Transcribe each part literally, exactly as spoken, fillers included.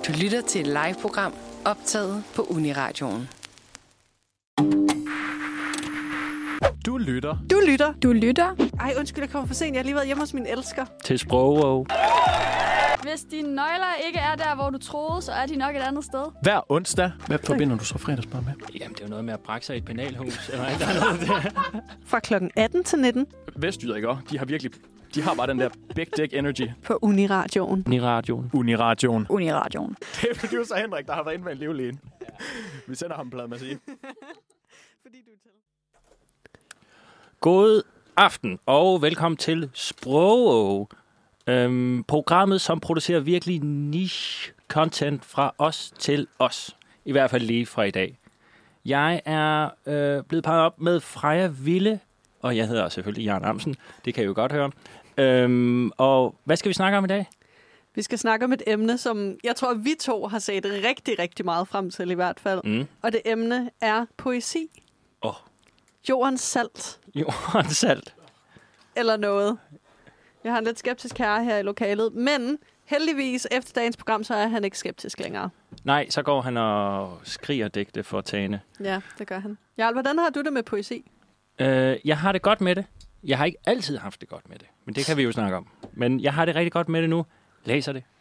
Du lytter til et live-program optaget på Uniradioen. Du lytter. Du lytter. Du lytter. Ej, undskyld, jeg kommer for sent. Jeg har lige været hjemme hos min elsker. Til Sprogov. Hvis dine nøgler ikke er der, hvor du troede, så er de nok et andet sted. Hver onsdag. Hvad forbinder du så fredagsbar med? Jamen, det er jo noget med at brække sig i et penalhus. Eller ikke, der er noget der. Fra klokken atten til nitten. Vestjyder, ikke også? De har virkelig... De har bare den der big dick energy. På Uniradioen. Uniradioen. Uniradioen. Uniradioen. Det er producer Henrik, der har været inde med en livlægen. Ja. Vi sender ham en plade med at sige. Fordi du er til. God aften, og velkommen til Sprogov. Øhm, programmet, som producerer virkelig niche-content fra os til os. I hvert fald lige fra i dag. Jeg er øh, blevet parret op med Freja Ville, og jeg hedder selvfølgelig Jørgen Amsen. Det kan I jo godt høre. Øhm, og hvad skal vi snakke om i dag? Vi skal snakke om et emne, som jeg tror, vi to har set rigtig, rigtig meget frem til i hvert fald. Mm. Og det emne er poesi. Åh. Oh. Jordens salt. Jordens salt. Eller noget. Jeg har en lidt skeptisk herre her i lokalet, men heldigvis efter dagens program, så er han ikke skeptisk længere. Nej, så går han og skriger digte for Tane. Ja, det gør han. Jarl, hvordan har du det med poesi? Øh, jeg har det godt med det. Jeg har ikke altid haft det godt med det, men det kan vi jo snakke om. Men jeg har det rigtig godt med det nu. Læser det.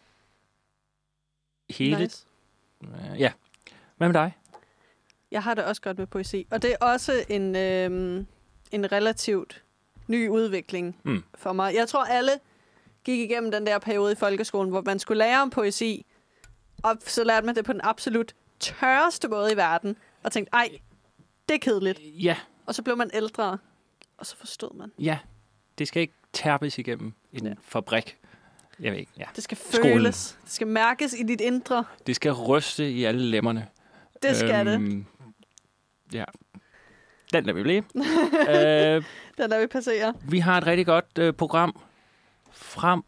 Hele... Nice. Øh, ja. Hvad med dig? Jeg har det også godt med poesi. Og det er også en, øhm, en relativt ny udvikling Mm. for mig. Jeg tror, alle gik igennem den der periode i folkeskolen, hvor man skulle lære om poesi, og så lærte man det på den absolut tørreste måde i verden, og tænkte, ej, det er kedeligt. Ja, Og så blev man ældre, og så forstod man. ja. Det skal ikke tærpes igennem en Ja. fabrik. Jeg ved ikke, ja. Det skal Skolen. føles. Det skal mærkes i dit indre. Det skal ryste i alle lemmerne. Det skal det. øhm, Ja. Den lader vi blive. øh, Den der vi passerer. vi har et rigtig godt øh, program frem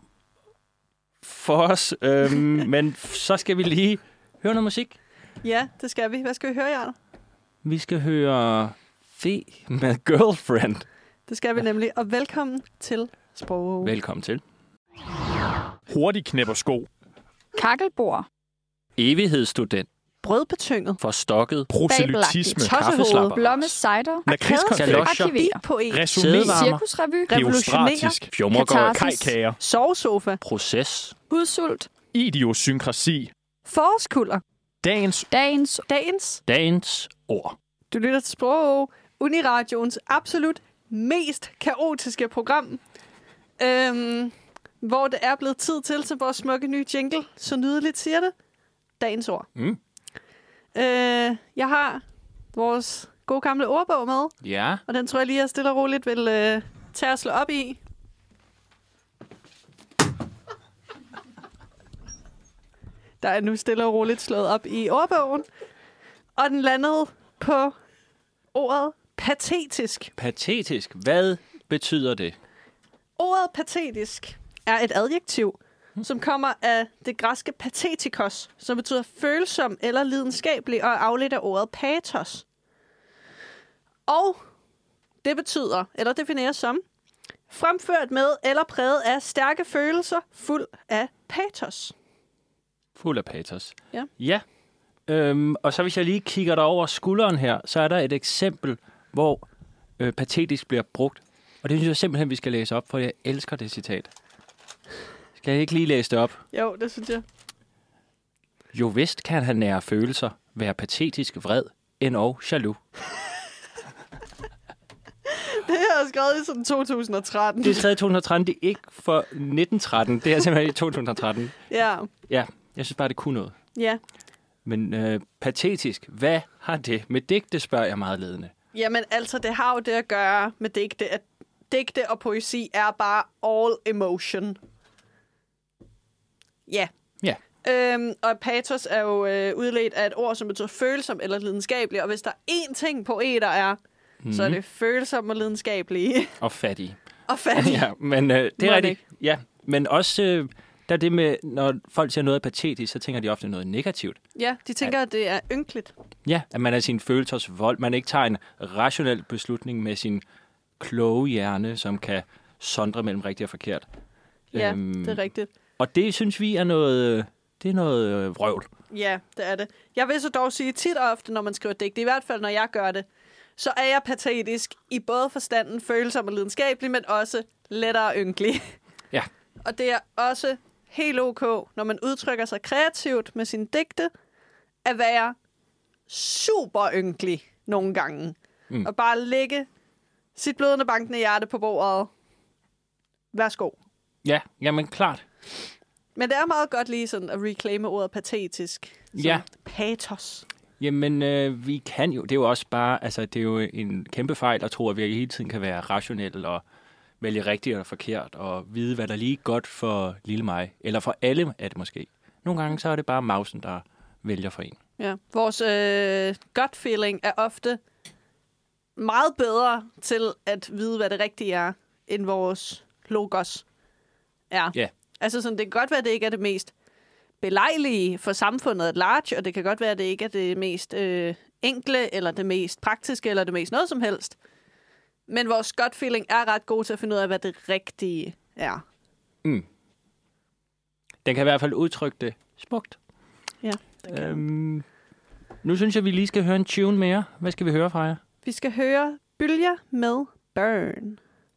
for os. Øhm, men så skal vi lige høre noget musik. Ja, det skal vi. Hvad skal vi høre, Jarl? Vi skal høre Fe med Girlfriend. Det skal vi nemlig. Og velkommen til Sprog. Velkommen til. Hurtig knæpper sko. Kakkelbord. Evighedsstudent. Brødbetynget. Forstokket. Proselytisme. Kaffeslapper. Blomme cider. Lakridskaffe. Galoscher. Arkiverer. Poet. Resumé. Sædevarmer. Cirkusrevy. Geostratisk. Fjummergård. Katarsis. Kajkager. Sovesofa. Proces. Udsult. Idiosynkrasi. Forårskulder. Dagens Dagens. Dagens. Dagens ord. Du lytter til Sprog. Uniradioens absolut mest kaotiske program. Øhm, hvor det er blevet tid til, til vores smukke nye jingle, så nydeligt siger det, dagens ord. Mm. Øh, jeg har vores gode gamle ordbog med, Ja. og den tror jeg lige, jeg stille og roligt vil øh, tage og slå op i. Der er nu stille og roligt slået op i ordbogen, og den landede på ordet patetisk. Patetisk. Hvad betyder det? Ordet patetisk er et adjektiv, som kommer af det græske patetikos, som betyder følsom eller lidenskabelig og er afledt af ordet patos. Og det betyder, eller defineres som, fremført med eller præget af stærke følelser, fuld af patos. Fuld af patos. Ja. Ja. Øhm, og så hvis jeg lige kigger der over skulderen her, så er der et eksempel, hvor øh, patetisk bliver brugt. Og det synes jeg simpelthen, vi skal læse op, for jeg elsker det citat. Skal jeg ikke lige læse det op? Jo, det synes jeg. Jo vist kan han nære følelser, være patetisk vred, endog jaloux. Det er skrevet i sådan to tusind og tretten. Det er skrevet i to tusind og tretten, det er ikke for nitten tretten. Det er simpelthen i to tusind og tretten. Ja, Ja, jeg synes bare, det kunne noget. ja. Men øh, patetisk, hvad har det med digte, spørger jeg meget ledende. Jamen altså, det har jo det at gøre med digte, at digte og poesi er bare all emotion. Ja. Ja. Øhm, og patos er jo øh, udledt af et ord, som betyder følsom eller lidenskabelig. Og hvis der er én ting, poeter er, mm. så er det følsom og lidenskabelige. Og fattige. Og fattige. Ja, men øh, det er Må rigtigt. ikke. Ja, men også øh, der er det med, når folk siger noget er patetisk, så tænker de ofte noget negativt. Ja, de tænker, at det er ynkeligt. Ja, at man er sin følelsers vold. Man ikke tager en rationel beslutning med sin kloge hjerne, som kan sondre mellem rigtigt og forkert. Ja, Øhm, det er rigtigt. Og det synes vi er noget, det er noget øh, vrøvl. Ja, det er det. Jeg vil så dog sige tit og ofte, når man skriver digte, i hvert fald når jeg gør det, så er jeg patetisk i både forstanden, følsom og lidenskabelig, men også lettere ynkelig. Ja. Og det er også helt ok, når man udtrykker sig kreativt med sine digte, at være super ynkelig nogle gange. Mm. Og bare lægge sit blødende bankende hjerte på bordet. Værsgo. Ja, jamen klart. Men det er meget godt lige sådan at reclaime ordet patetisk. Ja. Patos. Jamen, øh, vi kan jo, det er jo også bare, altså det er jo en kæmpe fejl at tro, at vi hele tiden kan være rationelle og vælge rigtigt og forkert og vide, hvad der er lige godt for lille mig. Eller for alle er det måske. Nogle gange så er det bare mausen, der vælger for en. Ja. Vores øh, gut feeling er ofte meget bedre til at vide, hvad det rigtige er, end vores logos er. Ja. Altså sådan, det kan godt være, at det ikke er det mest belejlige for samfundet at large, og det kan godt være, at det ikke er det mest øh, enkle, eller det mest praktiske, eller det mest noget som helst. Men vores gut feeling er ret god til at finde ud af, hvad det rigtige er. Mm. Den kan i hvert fald udtrykke det smukt. Ja, det kan. Øhm, nu synes jeg, vi lige skal høre en tune mere. Hvad skal vi høre fra jer? Vi skal høre Bølger med Burn.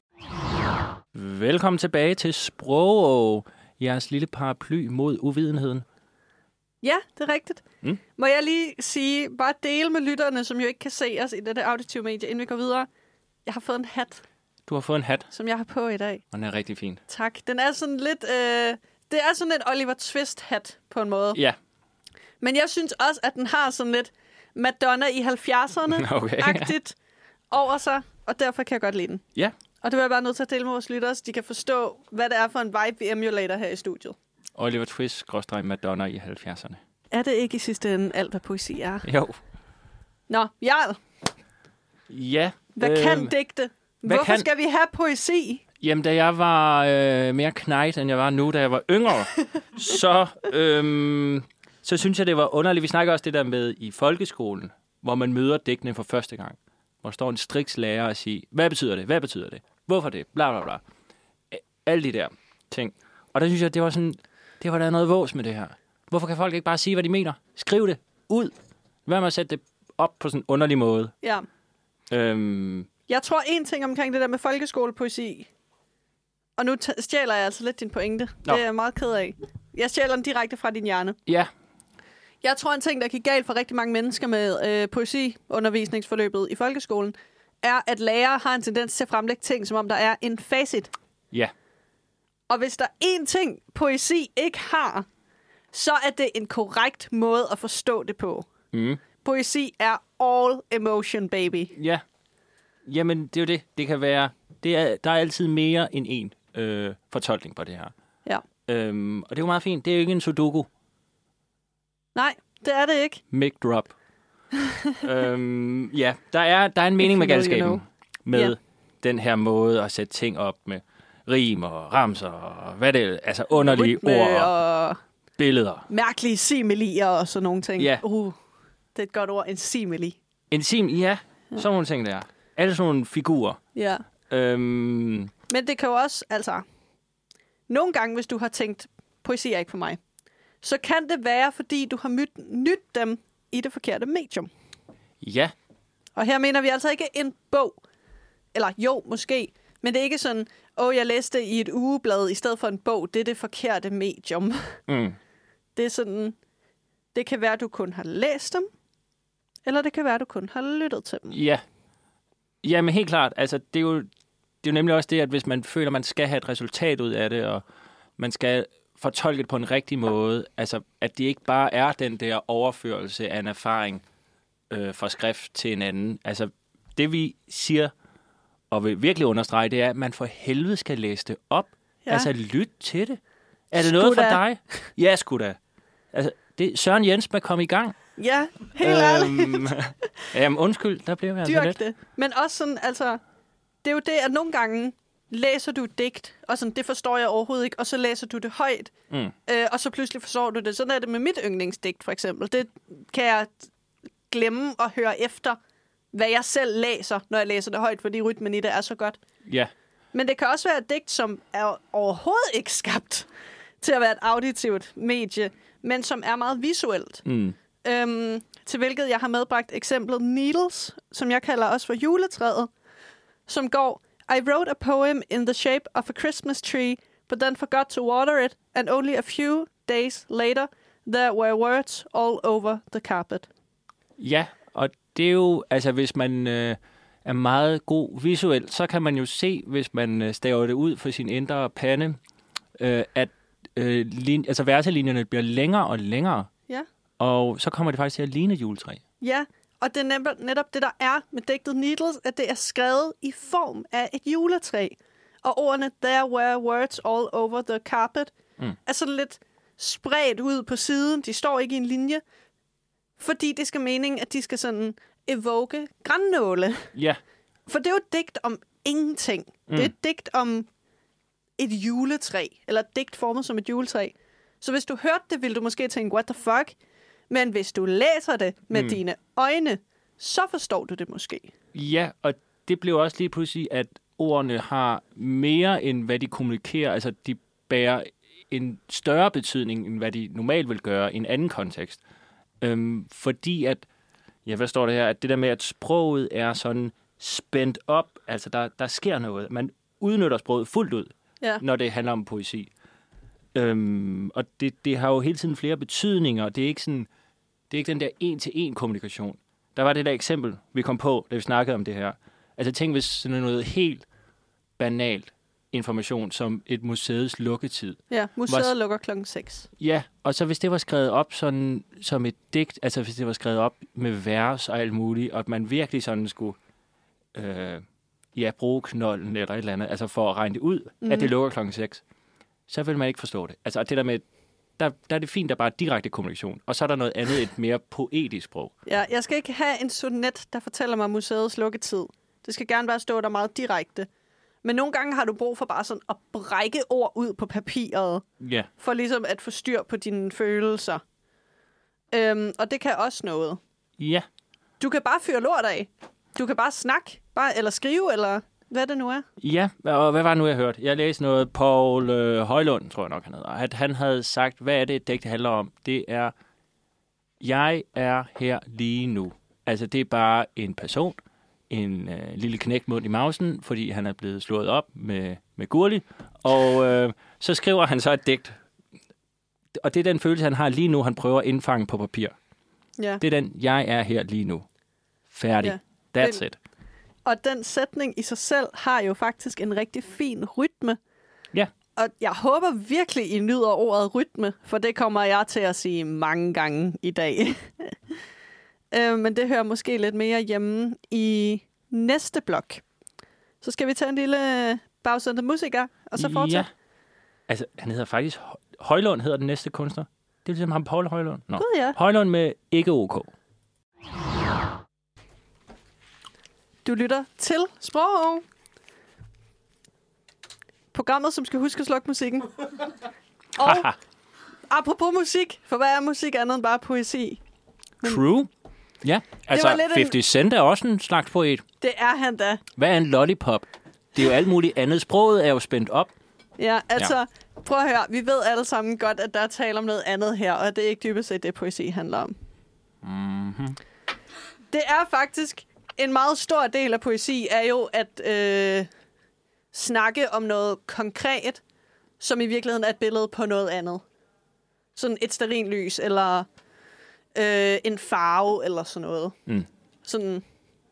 Velkommen tilbage til Sprog, jeres lille paraply mod uvidenheden. Ja, det er rigtigt. Mm. Må jeg lige sige, bare dele med lytterne, som jo ikke kan se os i dette auditive medie, inden vi går videre. Jeg har fået en hat, Du har fået en hat, som jeg har på i dag. og den er rigtig fin. Tak. Den er sådan lidt... Øh, det er sådan en Oliver Twist-hat på en måde. Ja. Men jeg synes også, at den har sådan lidt Madonna i halvfjerdserne-agtigt over sig, og derfor kan jeg godt lide den. Ja. Og det var jeg bare nødt til at dele med vores lyttere, så de kan forstå, hvad det er for en vibe, vi emulator her i studiet. Oliver Twist, skråstreg Madonna i halvfjerdserne. Er det ikke i sidste ende alt, hvad poesi er? Jo. Nå, Jarl, Ja. hvad øh, kan digte? Hvorfor kan... skal vi have poesi? Jamen, da jeg var øh, mere knejt, end jeg var nu, da jeg var yngre, så, øhm, så synes jeg, det var underligt. Vi snakker også det der med i folkeskolen, hvor man møder digtene for første gang. Hvor står en strikslærer og siger, hvad betyder det? Hvad betyder det? Hvorfor det? Bla, bla, bla. Alle de der ting. Og der synes jeg, det var sådan, det var der noget vås med det her. Hvorfor kan folk ikke bare sige, hvad de mener? Skriv det ud. Hvad med at sætte det op på sådan en underlig måde? Ja. Øhm, Jeg tror en ting omkring det der med folkeskolepoesi, og nu t- stjæler jeg altså lidt din pointe. Nå. Det er jeg meget ked af. Jeg stjæler den direkte fra din hjerne. ja. Jeg tror, en ting, der gik galt for rigtig mange mennesker med øh, poesiundervisningsforløbet i folkeskolen, er, at lærere har en tendens til at fremlægge ting, som om der er en facit. Ja. Og hvis der er én ting, poesi ikke har, så er det en korrekt måde at forstå det på. Mm. Poesi er all emotion, baby. Ja. Jamen, det er jo det. Det kan være... Det er, der er altid mere end en øh, fortolkning på det her. Ja. Øhm, og det er jo meget fint. Det er jo ikke en sudoku. Nej, det er det ikke. Mic drop. øhm, ja, der er, der er en mening med galskaben. You know. Med yeah. den her måde at sætte ting op med rim og ramser og hvad det er. Altså underlige Rytme ord og, og billeder. Mærkelige similier og sådan nogle ting. Ja. Uh, det er et godt ord, en simili. En sim, ja. ja. Sådan nogle ting der. Alle sådan nogle figurer. Ja. Øhm, Men det kan jo også, altså... Nogle gange, hvis du har tænkt, poesi er ikke for mig, så kan det være, fordi du har myt, nyt dem i det forkerte medium. Ja. Og her mener vi altså ikke en bog. Eller jo, måske. Men det er ikke sådan, åh, oh, jeg læste i et ugeblad i stedet for en bog. Det er det forkerte medium. Mm. Det er sådan, det kan være, at du kun har læst dem, eller det kan være, at du kun har lyttet til dem. Ja. Ja, men helt klart. Altså, det er jo, det er jo nemlig også det, at hvis man føler, at man skal have et resultat ud af det, og man skal fortolke det på en rigtig måde, altså, at det ikke bare er den der overførelse af en erfaring øh, fra skrift til en anden. Altså, det vi siger, og vil virkelig understrege, det er, at man for helvede skal læse det op. Ja. Altså, lyt til det. Er det Sku noget for da. dig? Ja, sgu da. Altså, det, Søren Jens må komme i gang. Ja, helt ærligt. Øhm, jamen, undskyld, der blev jeg altså Dyrk lidt. det. Men også sådan, altså, det er jo det, at nogle gange læser du et digt, og sådan, det forstår jeg overhovedet ikke, og så læser du det højt, Mm. øh, og så pludselig forstår du det. Sådan er det med mit yndlingsdigt, for eksempel. Det kan jeg glemme at høre efter, hvad jeg selv læser, når jeg læser det højt, fordi rytmen i det er så godt. Ja. Men det kan også være et digt, som er overhovedet ikke skabt til at være et auditivt medie, men som er meget visuelt. Mm. Øhm, til hvilket jeg har medbragt eksemplet Needles, som jeg kalder også for juletræet, som går, I wrote a poem in the shape of a Christmas tree, but then forgot to water it, and only a few days later, there were words all over the carpet. Ja, og det er jo, altså hvis man øh, er meget god visuelt, så kan man jo se, hvis man øh, staver det ud for sin indre pande, øh, at øh, lin- altså verselinjerne bliver længere og længere, Ja. og så kommer det faktisk til at ligne et juletræ. Ja, og det er netop, netop det, der er med digtet Needles, at det er skrevet i form af et juletræ. Og ordene, there were words all over the carpet, mm. er sådan lidt spredt ud på siden. De står ikke i en linje, fordi det skal meningen, at de skal sådan evoke grannåle. Ja. For det er jo et digt om ingenting. Mm. Det er et digt om et juletræ, eller et digt formet som et juletræ. Så hvis du hørte det, ville du måske tænke, what the fuck? Men hvis du læser det med mm. dine øjne, så forstår du det måske. Ja, og det blev også lige pludselig, at ordene har mere end hvad de kommunikerer. Altså, de bærer en større betydning, end hvad de normalt vil gøre i en anden kontekst. Øhm, fordi at, ja, hvad står der her? At det der med, at sproget er sådan spændt op, altså der, der sker noget. Man udnytter sproget fuldt ud, ja. når det handler om poesi. Øhm, og det, det har jo hele tiden flere betydninger. Det er ikke sådan, det er ikke den der en-til-en kommunikation. Der var det der eksempel, vi kom på, da vi snakkede om det her. Altså tænk, hvis sådan noget helt banalt information, som et museets lukketid. Ja, museet var, lukker klokken seks. Ja, og så hvis det var skrevet op sådan, som et digt, altså hvis det var skrevet op med vers og alt muligt, og at man virkelig sådan skulle øh, ja, bruge knolden eller et eller andet, altså for at regne det ud, mm-hmm. at det lukker klokken seks, så vil man ikke forstå det. Altså det der med, der, der er det fint, der er bare direkte kommunikation, og så er der noget andet, et mere poetisk sprog. Ja, jeg skal ikke have en sonet, der fortæller mig museets lukketid. Det skal gerne bare stå der meget direkte. Men nogle gange har du brug for bare sådan at brække ord ud på papiret. Ja. For ligesom at få styr på dine følelser. Øhm, og det kan også noget. Ja. Du kan bare fyre lort af. Du kan bare snakke, bare, eller skrive, eller hvad det nu er. Ja, og hvad var det nu, jeg hørte? Jeg læste noget, Poul øh, Højlund, tror jeg nok, han hedder. At han havde sagt, hvad er det, et digt handler om? Det er, jeg er her lige nu. Altså, det er bare en person, en øh, lille knækmund i mausen, fordi han er blevet slået op med, med Gurli. Og øh, så skriver han så et digt. Og det er den følelse, han har lige nu, han prøver at indfange på papir. Ja. Det er den, jeg er her lige nu. Færdig. Ja. That's den, it. Og den sætning i sig selv har jo faktisk en rigtig fin rytme. Ja. Og jeg håber virkelig, I nyder ordet rytme, for det kommer jeg til at sige mange gange i dag. øh, men det hører måske lidt mere hjemme i næste blok. Så skal vi tage en lille bagsendet musiker, og så fortsætte. Ja. Altså, han hedder faktisk... Højlund hedder den næste kunstner. Det er ligesom ham, Poul Højlund. Nå. God, ja. Højlund med ikke OK. Du lytter til Sprog. Programmet, som skal huske at slukke musikken. Og apropos musik, for hvad er musik andet end bare poesi? Men True. Ja, altså halvtreds en... Cent er også en slags poet. Det er han da. Hvad er en lollipop? Det er jo alt muligt andet. Sproget er jo spændt op. Ja, altså, ja. Prøv at høre. Vi ved alle sammen godt, at der er tale om noget andet her, og det er ikke dybest set det, poesi handler om. Mm-hmm. Det er faktisk... En meget stor del af poesi er jo at øh, snakke om noget konkret, som i virkeligheden er et billede på noget andet. Sådan et stearinlys, eller øh, en farve, eller sådan noget. Mm. Sådan...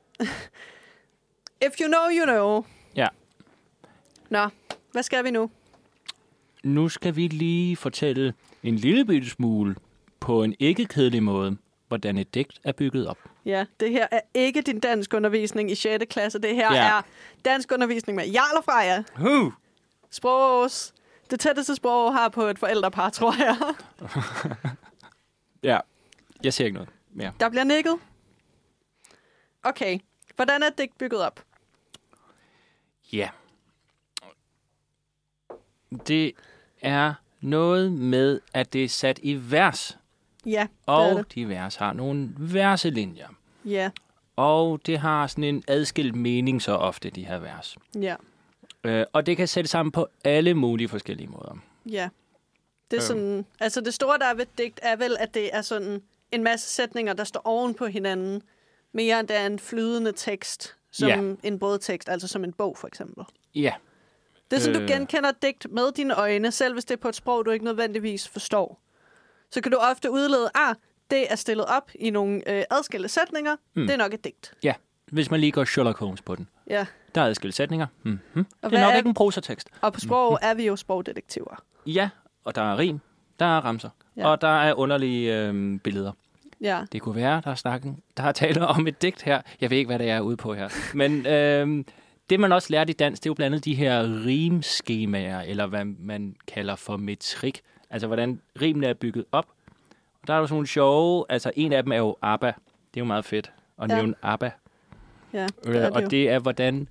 If you know, you know. Ja. Nå, hvad skal vi nu? Nu skal vi lige fortælle en lille bitte smule på en ikke-kedelig måde, hvordan et digt er bygget op. Ja, det her er ikke din danskundervisning i sjette klasse. Det her ja. er danskundervisning med Jarl og Freja. Uh. Sprogs. Det tætteste sprog har på et forældrepar, tror jeg. Ja, jeg ser ikke noget mere. Der bliver nikket. Okay, hvordan er det bygget op? Ja. Det er noget med, at det er sat i vers. Ja, og det er det. de vers har nogle verselinjer. Ja. Og det har sådan en adskilt mening så ofte, de her vers. Ja. Øh, og det kan sættes sammen på alle mulige forskellige måder. Ja. Det er sådan, altså det store, der er ved digt, er vel, at det er sådan en masse sætninger, der står oven på hinanden, mere end det er en flydende tekst, som Ja. en brødtekst, altså som en bog for eksempel. Ja. Det er sådan, Øh. du genkender digt med dine øjne, selv hvis det er på et sprog, du ikke nødvendigvis forstår. Så kan du ofte udlede, ah, det er stillet op i nogle øh, adskilte sætninger, mm. det er nok et digt. Ja, hvis man lige går Sherlock Holmes på den. Ja. Der er adskilte sætninger. Mm-hmm. Det er hvad nok er- ikke en prosatekst. Og på sprog mm. er vi jo sprogdetektiver. Ja, og der er rim, der er ramser, Ja. ja. og der er underlige øh, billeder. Ja. Det kunne være, der er snakken, der er tale om et digt her. Jeg ved ikke, hvad det er ude på her. Men øh, det, man også lærte i dans, det er jo blandt andet de her rimskemaer, eller hvad man kalder for metrik. Altså, hvordan rimene er bygget op. Og der er jo sådan nogle sjove, altså en af dem er jo ABBA. Det er jo meget fedt at Ja. nævne ABBA. Ja, det Øh, er det og jo. det er, hvordan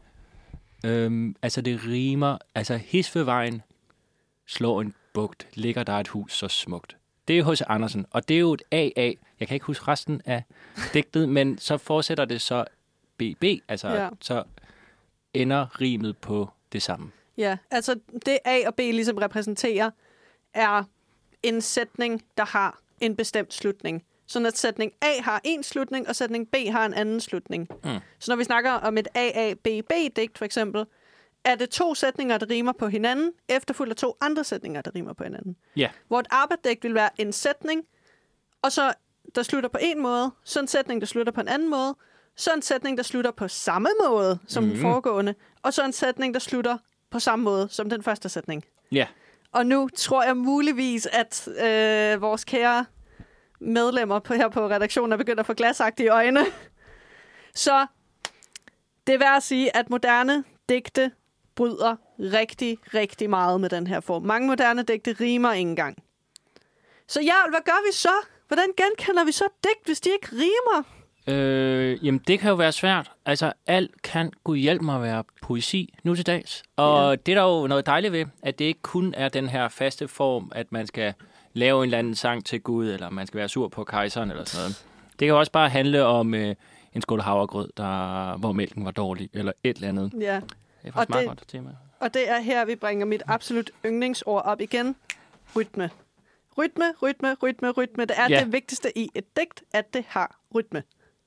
øhm, altså det rimer, altså his ved vejen slår en bugt, ligger der et hus så smukt. Det er H C Andersen, og det er jo et A A. Jeg kan ikke huske resten af digtet, men så fortsætter det så B B, altså Ja. så ender rimet på det samme. Ja, altså det A og B ligesom repræsenterer, er en sætning, der har en bestemt slutning. Sådan at sætning A har en slutning, og sætning B har en anden slutning. Mm. Så når vi snakker om et A A B B-digt for eksempel, er det to sætninger, der rimer på hinanden, efterfulgt af to andre sætninger, der rimer på hinanden. Ja. Hvor et ABBA-digt vil være en sætning, og så der slutter på en måde, så en sætning, der slutter på en anden måde, så en sætning, der slutter på samme måde som mm. den foregående, og så en sætning, der slutter på samme måde som den første sætning. Ja. Og nu tror jeg muligvis, at øh, vores kære medlemmer på, her på redaktionen er begyndt at få glasagtige øjne. Så det er værd at sige, at moderne digte bryder rigtig, rigtig meget med den her form. Mange moderne digte rimer ikke engang. Så ja, hvad gør vi så? Hvordan genkender vi så digt, hvis de ikke rimer? Øh, jamen, det kan jo være svært. Altså, alt kan Gud hjælpe mig at være poesi nu til dags. Og Ja. det er der jo noget dejligt ved, at det ikke kun er den her faste form, at man skal lave en eller anden sang til Gud, eller man skal være sur på kejseren, eller sådan noget. Det kan også bare handle om øh, en skål havregrød, der, hvor mælken var dårlig, eller et eller andet. Ja, Det er faktisk meget det- godt tema. og det er her, vi bringer mit absolut yndlingsord op igen. Rytme. Rytme, rytme, rytme, rytme. Det er Ja. det vigtigste i et digt, at det har rytme.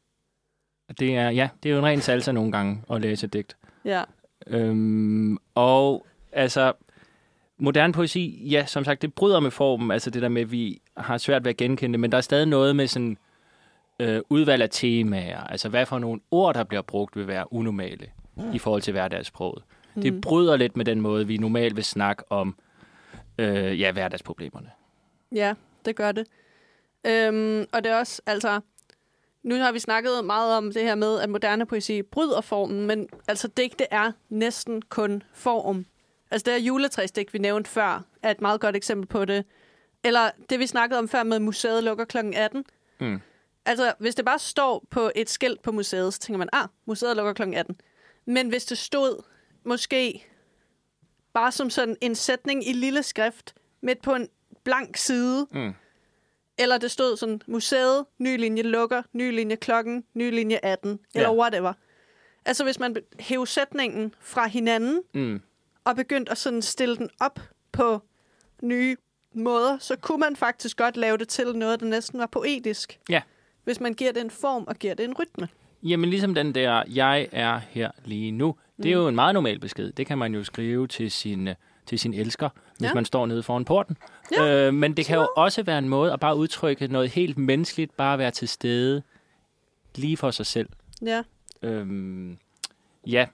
Det er, ja, det er jo en ren salsa nogle gange at læse et digt. Ja. Øhm, og altså, moderne poesi, ja, som sagt, det bryder med formen. Altså det der med, at vi har svært ved at genkende det, men der er stadig noget med sådan øh, udvalg af temaer. Altså hvad for nogle ord, der bliver brugt, vil være unormale i forhold til hverdagssproget. Mm. Det bryder lidt med den måde, vi normalt vil snakke om øh, ja, hverdagsproblemerne. Ja, det gør det. Øhm, og det er også, altså, nu har vi snakket meget om det her med, at moderne poesi bryder formen, men altså digte er næsten kun form. Altså det her juletræsdigt, vi nævnte før, er et meget godt eksempel på det. Eller det, vi snakkede om før med, museet lukker klokken atten. Mm. Altså, hvis det bare står på et skilt på museet, så tænker man, ah, museet lukker klokken atten. Men hvis det stod måske bare som sådan en sætning i lille skrift, midt på en blank side, Mm. eller det stod sådan, museet, ny linje lukker, ny linje klokken, ny linje atten, eller Ja. whatever. Altså, hvis man hæver sætningen fra hinanden, Mm. og begyndte at sådan stille den op på nye måder, så kunne man faktisk godt lave det til noget, der næsten var poetisk. Ja. Hvis man giver det en form og giver det en rytme. Jamen ligesom den der, jeg er her lige nu. Det er jo en meget normal besked. Det kan man jo skrive til sin, til sin elsker, hvis Ja. man står nede foran porten. Ja. Øh, men det kan jo også være en måde at bare udtrykke noget helt menneskeligt, bare være til stede lige for sig selv. Ja. Øhm, ja,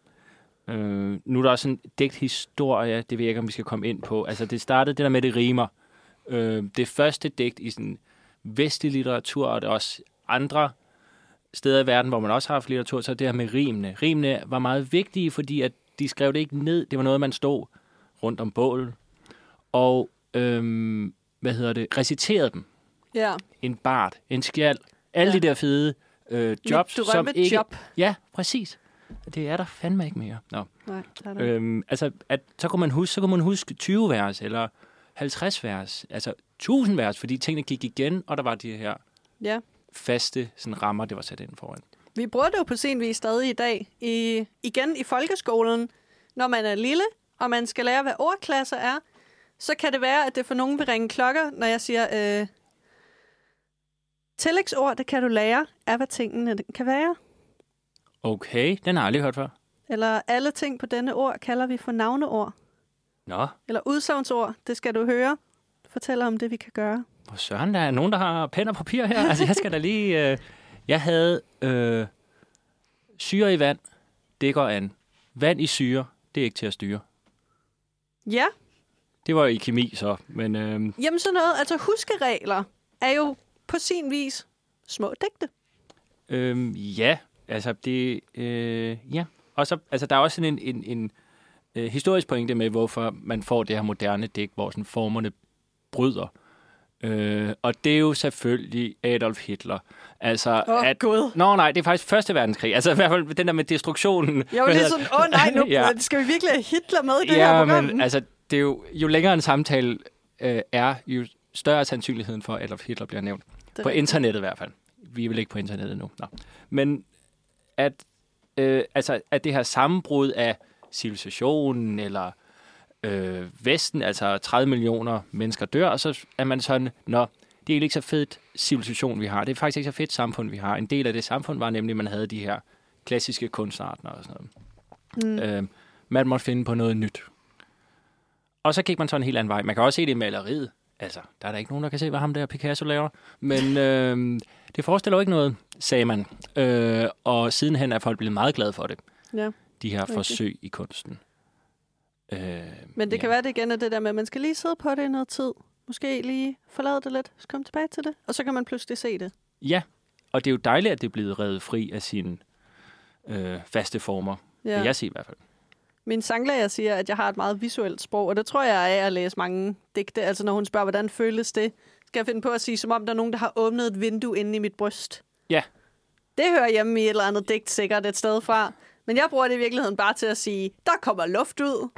øh, nu er der også en digthistorie, det ved jeg ikke, om vi skal komme ind på. Altså det startede det der med, det rimer. Øh, det første digt i sådan vestlig litteratur, og det er også andre steder i verden, hvor man også har haft litteratur, så er det her med rimene. Rimene var meget vigtige, fordi at de skrev det ikke ned. Det var noget, man stod rundt om bålet og øhm, hvad hedder det, reciterede dem. Ja. En bard, en skjald, alle Ja. de der fede øh, jobs, Mit som ikke... job. Ja, præcis. Det er der fandme ikke mere. Nå. Nej, der er der. Øhm, altså, at, så kunne man huske, så kunne man huske tyve vers, eller halvtreds vers, altså tusind vers, fordi tingene gik igen, og der var de her Ja. faste sådan, rammer, det var sat ind foran. Vi bruger det jo på sin vis stadig i dag. I, igen i folkeskolen, når man er lille, og man skal lære, hvad ordklasser er, så kan det være, at det for nogen vil ringe klokker, når jeg siger, øh, tillægsord, det kan du lære, er hvad tingene kan være. Okay, den har jeg aldrig hørt før. Eller alle ting på denne ord kalder vi for navneord. Nå, Eller udsagnsord, det skal du høre. Fortæller om det, vi kan gøre. hvor søren, der er nogen, der har pen og papir her. Altså, jeg skal da lige... Øh, jeg havde øh, syre i vand, det går an. Vand i syre, det er ikke til at styre. Ja, Det var i kemi så, men... Øh, jamen sådan noget. Altså huskeregler er jo på sin vis små digte. øh, ja, altså det... Øh, ja, og så... Altså, der er også sådan en... en, en øh, historisk pointe med, hvorfor man får det her moderne digt, hvor sådan formerne bryder. Øh, og det er jo selvfølgelig Adolf Hitler. Altså, Åh, at, Gud. Nå nej, det er faktisk Første Verdenskrig. Altså i hvert fald den der med destruktionen. Jeg var Hvad lige hedder- sådan, åh nej, nu Ja. skal vi virkelig have Hitler med i det Ja, her program? men altså, det er jo, jo længere en samtale øh, er, jo større er sandsynligheden for, at Adolf Hitler bliver nævnt. Det er På rigtigt. internettet i hvert fald. Vi er vel ikke på internettet nu. Nå. Men at, øh, altså, at det her sammenbrud af civilisationen eller øh, Vesten, altså tredive millioner mennesker dør, og så er man sådan, nå, det er ikke så fedt civilisation, vi har. Det er faktisk ikke så fedt samfund, vi har. En del af det samfund var nemlig, at man havde de her klassiske kunstarter og sådan noget. Mm. Øh, man måtte finde på noget nyt. Og så gik man så en helt anden vej. Man kan også se det i maleriet. Altså, der er der ikke nogen, der kan se, hvad ham der Picasso laver. Men øh, det forestiller jo ikke noget, sagde man. Øh, og sidenhen er folk blevet meget glade for det. Ja. De her Rigtigt. forsøg i kunsten. Øh, Men det ja. kan være, det igen er det der med, at man skal lige sidde på det i noget tid. Måske lige forlade det lidt, så komme tilbage til det. Og så kan man pludselig se det. Ja, og det er jo dejligt, at det er blevet revet fri af sine øh, faste former. Ja. Vil jeg sige i hvert fald. Min sanglærer siger, at jeg har et meget visuelt sprog, og det tror jeg er af at læse mange digte. Altså når hun spørger, hvordan føles det, skal jeg finde på at sige, som om der er nogen, der har åbnet et vindue inde i mit bryst. Ja. Det hører hjemme i et eller andet digt sikkert et sted fra. Men jeg bruger det i virkeligheden bare til at sige, der kommer luft ud.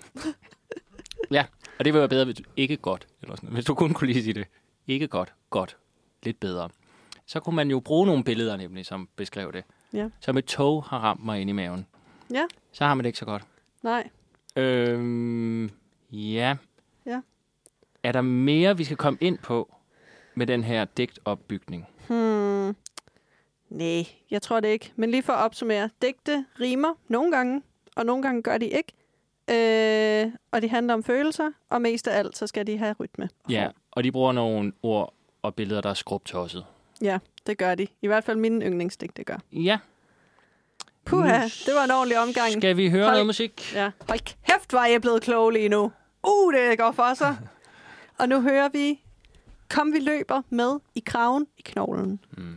Ja, og det vil være bedre, hvis du ikke godt. Eller sådan. Hvis du kun kunne lige sige det. Ikke godt, godt. Lidt bedre. Så kunne man jo bruge nogle billeder nemlig, som beskrev det. Ja. Som et tog har ramt mig ind i maven. Ja, Så har man det ikke så godt. nej. Øhm, ja. Ja. Er der mere, vi skal komme ind på med den her digtopbygning? Hmm. Nej, jeg tror det ikke. Men lige for at opsummere. Digte rimer nogle gange, og nogle gange gør de ikke. Øh, og de handler om følelser, og mest af alt, så skal de have rytme. Ja, og de bruger nogle ord og billeder, der er skrubtosset. Ja, det gør de. I hvert fald mine yndlingsdigte gør. Ja. Puha, Nu det var en ordentlig omgang. Skal vi høre Hold- noget musik? Ja, hold kæft, var jeg blevet klog lige nu. Uh, det går for sig. Og nu hører vi, kom vi løber med i kraven i knoglen. Mm.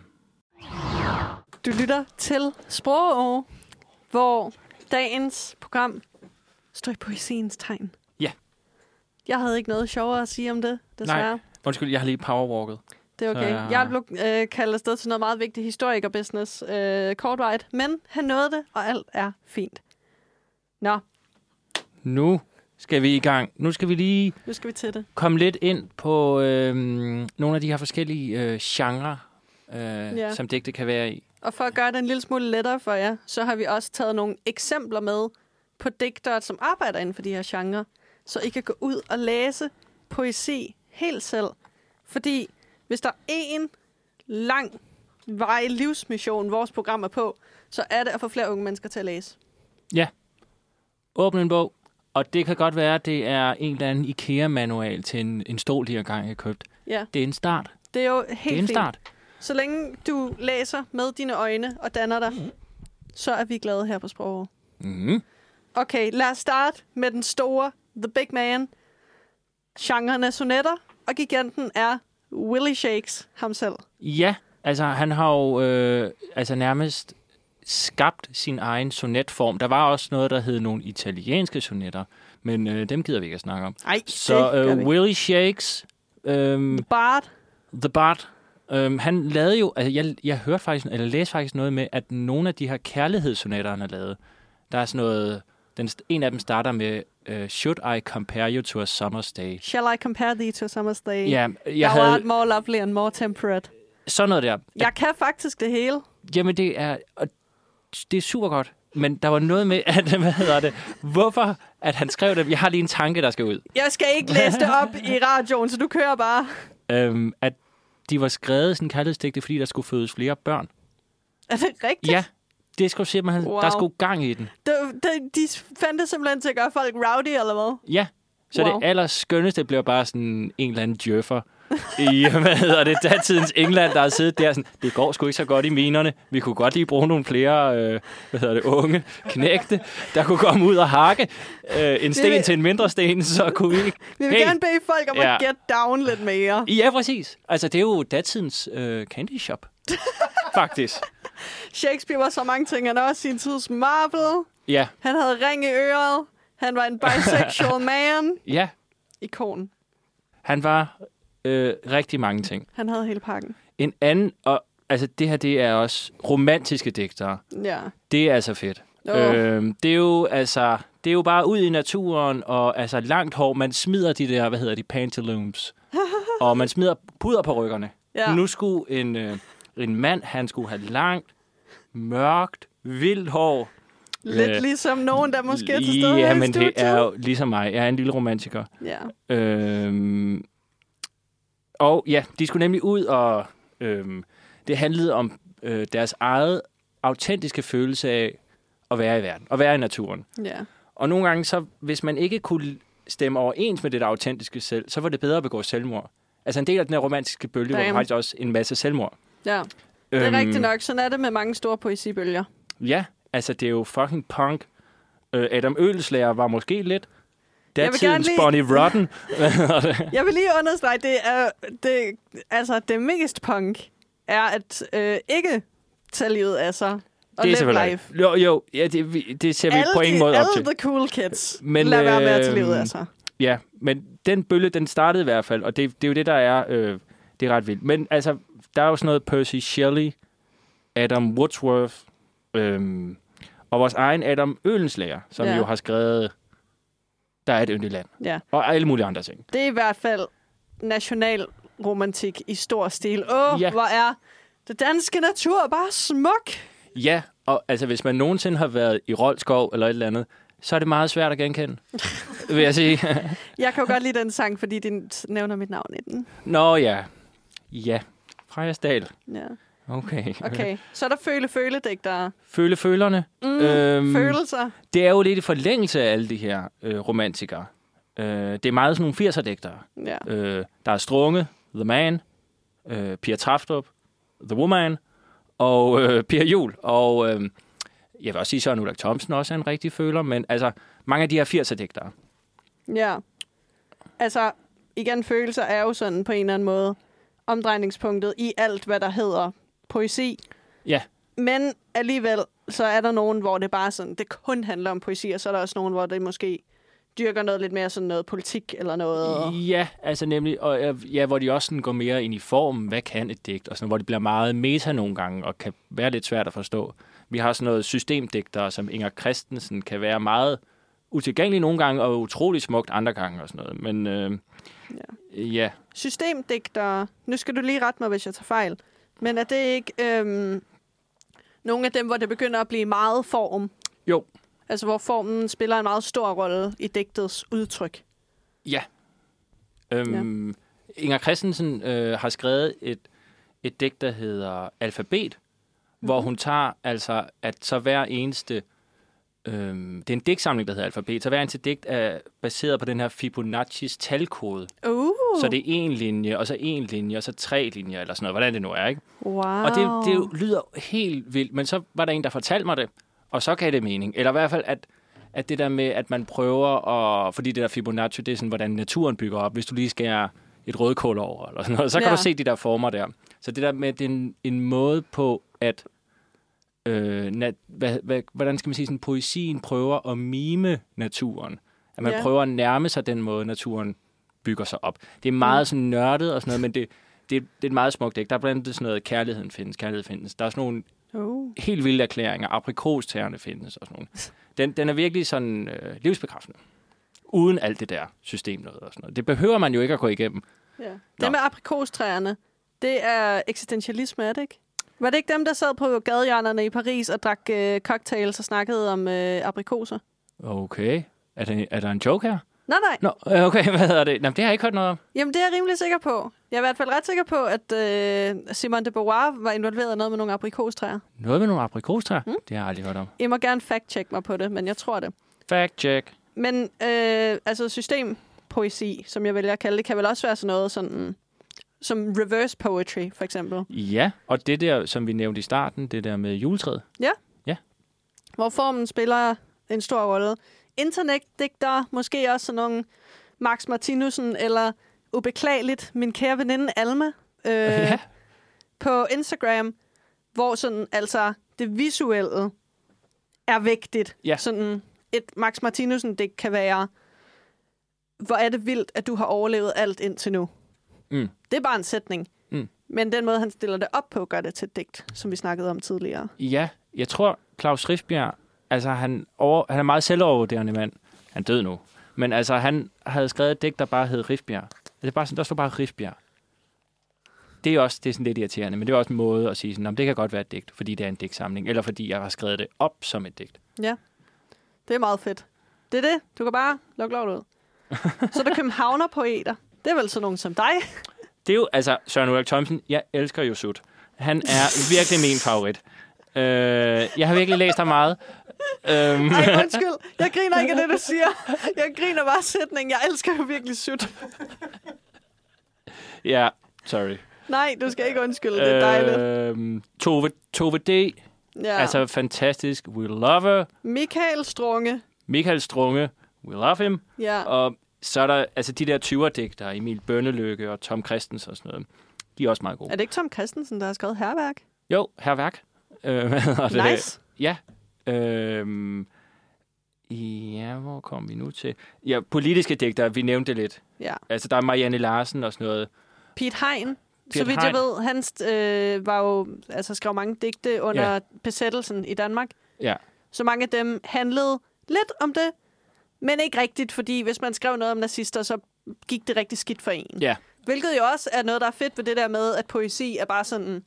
Du lytter til Sprog, hvor dagens program står i poesiens tegn. Ja. Jeg havde ikke noget sjovere at sige om det, desværre. Nej. Undskyld, jeg har lige powerwalket. Det er okay. Så- Jeg blev øh, kaldt afsted til noget meget vigtigt historiker-business øh, kortvejt, men han nåede det, og alt er fint. Nå, Nu skal vi i gang. Nu skal vi lige nu skal vi til det. komme lidt ind på øh, nogle af de her forskellige øh, genrer, øh, Ja. som digte kan være i. Og for at gøre det en lille smule lettere for jer, så har vi også taget nogle eksempler med på digtere, som arbejder inden for de her genrer, så I kan gå ud og læse poesi helt selv. Fordi hvis der er en lang vej livsmission, vores program er på, så er det at få flere unge mennesker til at læse. Ja. Åbne en bog. Og det kan godt være, at det er en eller anden IKEA-manual til en, en stol, de har gang i købt. Ja, Det er en start. det er jo Det er helt en fint. start. Så længe du læser med dine øjne og danner dig, så er vi glade her på Sprog. Mm. Okay, lad os starte med den store, the big man. Genren er sonetter, og giganten er Willie Shakes ham selv. Ja, altså han har jo øh, altså nærmest skabt sin egen sonetform. Der var også noget, der hed nogle italienske sonetter, men øh, dem gider vi ikke at snakke om. Ej, Så øh, Willie Shakes, øh, Bard. The Bard, øh, han lavede jo, altså jeg, jeg hørte faktisk, eller læste faktisk noget med, at nogle af de her kærlighedssonetter, han har lavet, der er sådan noget, den, en af dem starter med, uh, Should I compare you to a summer's day? Shall I compare thee to summer's day? Ja, Jeg jeg Thou art havde more lovely and more temperate. sådan noget der. Jeg kan faktisk det hele. Jamen det er, og det er super godt. men der var noget med, at, hvad hedder det, hvorfor at han skrev det. Jeg har lige en tanke, der skal ud. Jeg skal ikke læse det op i radioen, så du kører bare. Øhm, at de var skrevet sådan kærlighedsdigte, fordi der skulle fødes flere børn. Er det rigtigt? Ja, det skulle simpelthen, Wow. der skulle gang i den. De, de, de fandt det simpelthen til at gøre folk rowdy, eller hvad? Ja, så Wow. det allerskønneste bliver bare sådan en eller anden djøffer i, hvad hedder det, datidens England, der har siddet der sådan, det går sgu ikke så godt i minerne. Vi kunne godt lige bruge nogle flere, øh, hvad hedder det, unge knægte, der kunne komme ud og hakke øh, en sten vil- til en mindre sten, så kunne vi ikke... Vi vil Hey. gerne bede folk om Ja. at get down lidt mere. Ja, præcis. Altså, det er jo datidens øh, candy shop, faktisk. Shakespeare var så mange ting. Han er også sin tids Marvel. Ja, Han havde ring i øret. Han var en bisexual man. ja. Ikon. Han var øh, rigtig mange ting. Han havde hele pakken. En anden, og altså det her, det er også romantiske digtere. Ja. Det er altså fedt. Oh. Øhm, det er jo altså, det er jo bare ud i naturen, og altså langt hår. Man smider de der, hvad hedder de, pantaloons. Og man smider puder på ryggerne. Ja. Nu skulle en, øh, en mand, han skulle have langt, mørkt, vildt hår. Lidt Øh, ligesom nogen, der måske er til stede Ja, her i men det studiet. er jo ligesom mig. Jeg er en lille romantiker. Ja. Øhm, og ja, de skulle nemlig ud, og øhm, det handlede om øh, deres eget autentiske følelse af at være i verden, at være i naturen. Ja. Og nogle gange, så hvis man ikke kunne stemme overens med det der autentiske selv, så var det bedre at begå selvmord. Altså en del af den her romantiske bølge var Damn. faktisk også en masse selvmord. Ja. Det er rigtigt nok. Sådan er det med mange store poesibølger. Ja, altså det er jo fucking punk. Øh, Adam Oehlenschläger var måske lidt Jeg vil gerne datidens lige- Bonnie Rotten. Jeg vil lige understrege, det er det, altså det mest punk er at øh, ikke tage livet af sig og Det er live selvfølgelig life. Jo, jo, ja, det, vi- det ser vi Alle på ingen de- måde op alle til. the cool kids Men, men, lad være med at tage øh, livet af sig. Ja, men den bølge, den startede i hvert fald, og det, det er jo det, der er, øh, det er ret vildt. Men altså, der er jo sådan noget Percy Shelley, Adam Wordsworth, øhm, og vores egen Adam Oehlenschläger, som Ja. jo har skrevet Der er et yndigt land, Ja. og alle mulige andre ting. Det er i hvert fald nationalromantik i stor stil. Åh, oh, Ja. hvor er det danske natur bare smuk. Ja, og altså, hvis man nogensinde har været i Roldskov eller et eller andet, så er det meget svært at genkende, vil jeg sige. Jeg kan jo godt lide den sang, fordi den nævner mit navn i den. Nå ja, ja, Frejersdal. Ja. Okay. Okay, så er der føle-føle-digtere. Føle følerne. Mm, Øhm, følelser. Det er jo lidt i forlængelse af alle de her øh, romantikere. Øh, det er meget sådan nogle firser-digtere. Ja. Øh, der er Strunge, The Man, øh, Pia Traftrup, The Woman, og øh, Per Juhl. Og øh, jeg vil også sige, at Søren Ulrik Thomsen også er en rigtig føler, men altså mange af de her firser-digtere. Ja. Altså, igen, følelser er jo sådan på en eller anden måde omdrejningspunktet i alt, hvad der hedder poesi. Ja, Men alligevel, så er der nogen, hvor det bare sådan, det kun handler om poesi, og så er der også nogen, hvor det måske dyrker noget lidt mere sådan noget politik eller noget. ja, altså nemlig, og, øh, ja, hvor de også sådan går mere ind i formen, hvad kan et digt, og sådan, hvor det bliver meget meta nogle gange, og kan være lidt svært at forstå. Vi har sådan noget systemdigtere, som Inger Christensen, kan være meget utilgængelig nogle gange, og utrolig smukt andre gange og sådan noget. Men øh, ja. ja, Systemdigtere, nu skal du lige rette mig, hvis jeg tager fejl, men er det ikke øhm, nogle af dem, hvor det begynder at blive meget form? jo, Altså, hvor formen spiller en meget stor rolle i digtets udtryk. ja. Øhm, ja. Inger Christensen øh, har skrevet et, et digt, der hedder Alfabet, mm-hmm. hvor hun tager altså, at så hver eneste... Øhm, det er en digtsamling, der hedder Alfabet, så hver eneste digt er baseret på den her Fibonaccis talkode. Uh. Så det er en linje, og så en linje, og så tre linjer, eller sådan noget, hvordan det nu er, ikke? Wow. Og det, det lyder helt vildt, men så var der en, der fortalte mig det, og så gav det mening. Eller i hvert fald, at, at det der med, at man prøver at... Fordi det der Fibonacci, det er sådan, hvordan naturen bygger op. Hvis du lige skærer et rødkål over, eller sådan noget, så kan Ja. du se de der former der. Så det der med, det er en, en måde på, at... Øh, nat, hvad, hvad, hvordan skal man sige, sådan poesien prøver at mime naturen. At man Ja. prøver at nærme sig den måde, naturen bygger sig op. Det er meget sådan nørdet og sådan noget, men det, det, det er et meget smukt digt. Der er blandt andet sådan noget, kærligheden findes, kærlighed findes. Der er sådan nogle Uh. helt vilde erklæringer, aprikostærne findes og sådan nogle. Den, den er virkelig sådan øh, livsbekræftende. Uden alt det der system noget og sådan noget. Det behøver man jo ikke at gå igennem. Ja. Nå. Det med aprikostræerne, det er eksistentialisme, er det ikke? Var det ikke dem, der sad på gadehjørnerne i Paris og drak øh, cocktails og snakkede om øh, aprikoser? Okay. Er, det, er der en joke her? Nej, nej. Nå, okay, hvad hedder det? Nå, det har jeg ikke hørt noget om. Jamen, det er jeg rimelig sikker på. Jeg er i hvert fald ret sikker på, at øh, Simone de Beauvoir var involveret i noget med nogle aprikostræer. Noget med nogle aprikostræer? Mm. Det har jeg aldrig hørt om. I må gerne fact-check mig på det, men jeg tror det. Fact-check. Men øh, altså systempoesi, som jeg vælger at kalde det, kan vel også være sådan noget sådan, som reverse poetry, for eksempel. Ja, og det der, som vi nævnte i starten, det der med juletræet. Ja. Ja. Hvor formen spiller en stor rolle. Internetdigtere, måske også sådan nogle Max Martinussen, eller ubeklageligt, min kære veninde Alma, øh, ja. på Instagram, hvor sådan, altså, det visuelle er vigtigt. Ja. Sådan et Max Martinussen, det kan være, hvor er det vildt, at du har overlevet alt indtil nu. Mm. Det er bare en sætning. Mm. Men den måde, han stiller det op på, gør det til et digt, som vi snakkede om tidligere. Ja, jeg tror, Claus Rifbjerg, altså han, over, han er meget selvovervurderende mand. Han død nu. Men altså, han havde skrevet et digt, der bare hed Rifbjerg. Det er bare sådan, der står bare Rifbjerg. Det er også det er sådan lidt irriterende, men det er også en måde at sige sådan, det kan godt være et digt, fordi det er en digtsamling, eller fordi jeg har skrevet det op som et digt. Ja, det er meget fedt. Det er det. Du kan bare lukke lort ud. Så er der københavnerpoeter. Det er vel sådan nogen som dig. Det er jo, altså, Søren Ulrik Thomsen, jeg elsker jo Sut. Han er virkelig min favorit. Øh, jeg har virkelig læst ham meget. Øhm. Ej, undskyld. Jeg griner ikke af det, du siger. Jeg griner bare sætningen. Jeg elsker jo virkelig Sut. Ja, sorry. Nej, du skal ikke undskylde. Det er dejligt. Øh, Tove, Tove D. Ja. Altså, fantastisk. We love her. Michael Strunge. Michael Strunge. We love him. Ja. Og så er der altså de der tyver-digtere, Emil Bønnelykke og Tom Christensen og sådan noget. De er også meget gode. Er det ikke Tom Christensen, der har skrevet Hærværk? Jo, Hærværk. Øh, hvad hedder det? Nice. Ja. Øh, ja, hvor kom vi nu til? Ja, politiske digtere, vi nævnte det lidt. Ja. Altså, der er Marianne Larsen og sådan noget. Pete Hein. Pete Så vidt Hein. jeg ved, han øh, var jo, altså, skrev mange digte under Ja. besættelsen i Danmark. Ja. Så mange af dem handlede lidt om det, men ikke rigtigt, fordi hvis man skrev noget om nazister, så gik det rigtig skidt for en. Ja. Hvilket jo også er noget, der er fedt ved det der med, at poesi er bare sådan,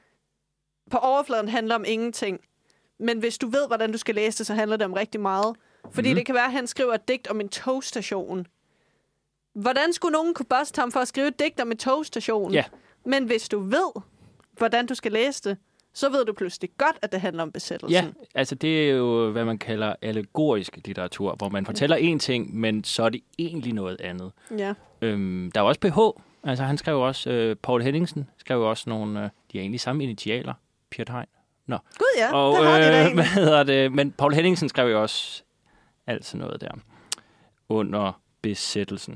på overfladen handler om ingenting. Men hvis du ved, hvordan du skal læse det, så handler det om rigtig meget. Fordi Mhm. det kan være, at han skriver et digt om en togstation. Hvordan skulle nogen kunne buste ham for at skrive et digt om en togstation? Ja. Men hvis du ved, hvordan du skal læse det, så ved du pludselig godt, at det handler om besættelsen. Ja, altså det er jo, hvad man kalder allegorisk litteratur, hvor man fortæller én ting, men så er det egentlig noget andet. Ja. Øhm, der er også P H. Altså han skrev også, øh, Paul Henningsen skrev også nogle, øh, de er egentlig samme initialer, Piet Hein. Nå. Gud ja, Og, det har de da øh, en. hvad hedder det? Men Paul Henningsen skrev jo også alt sådan noget der under besættelsen.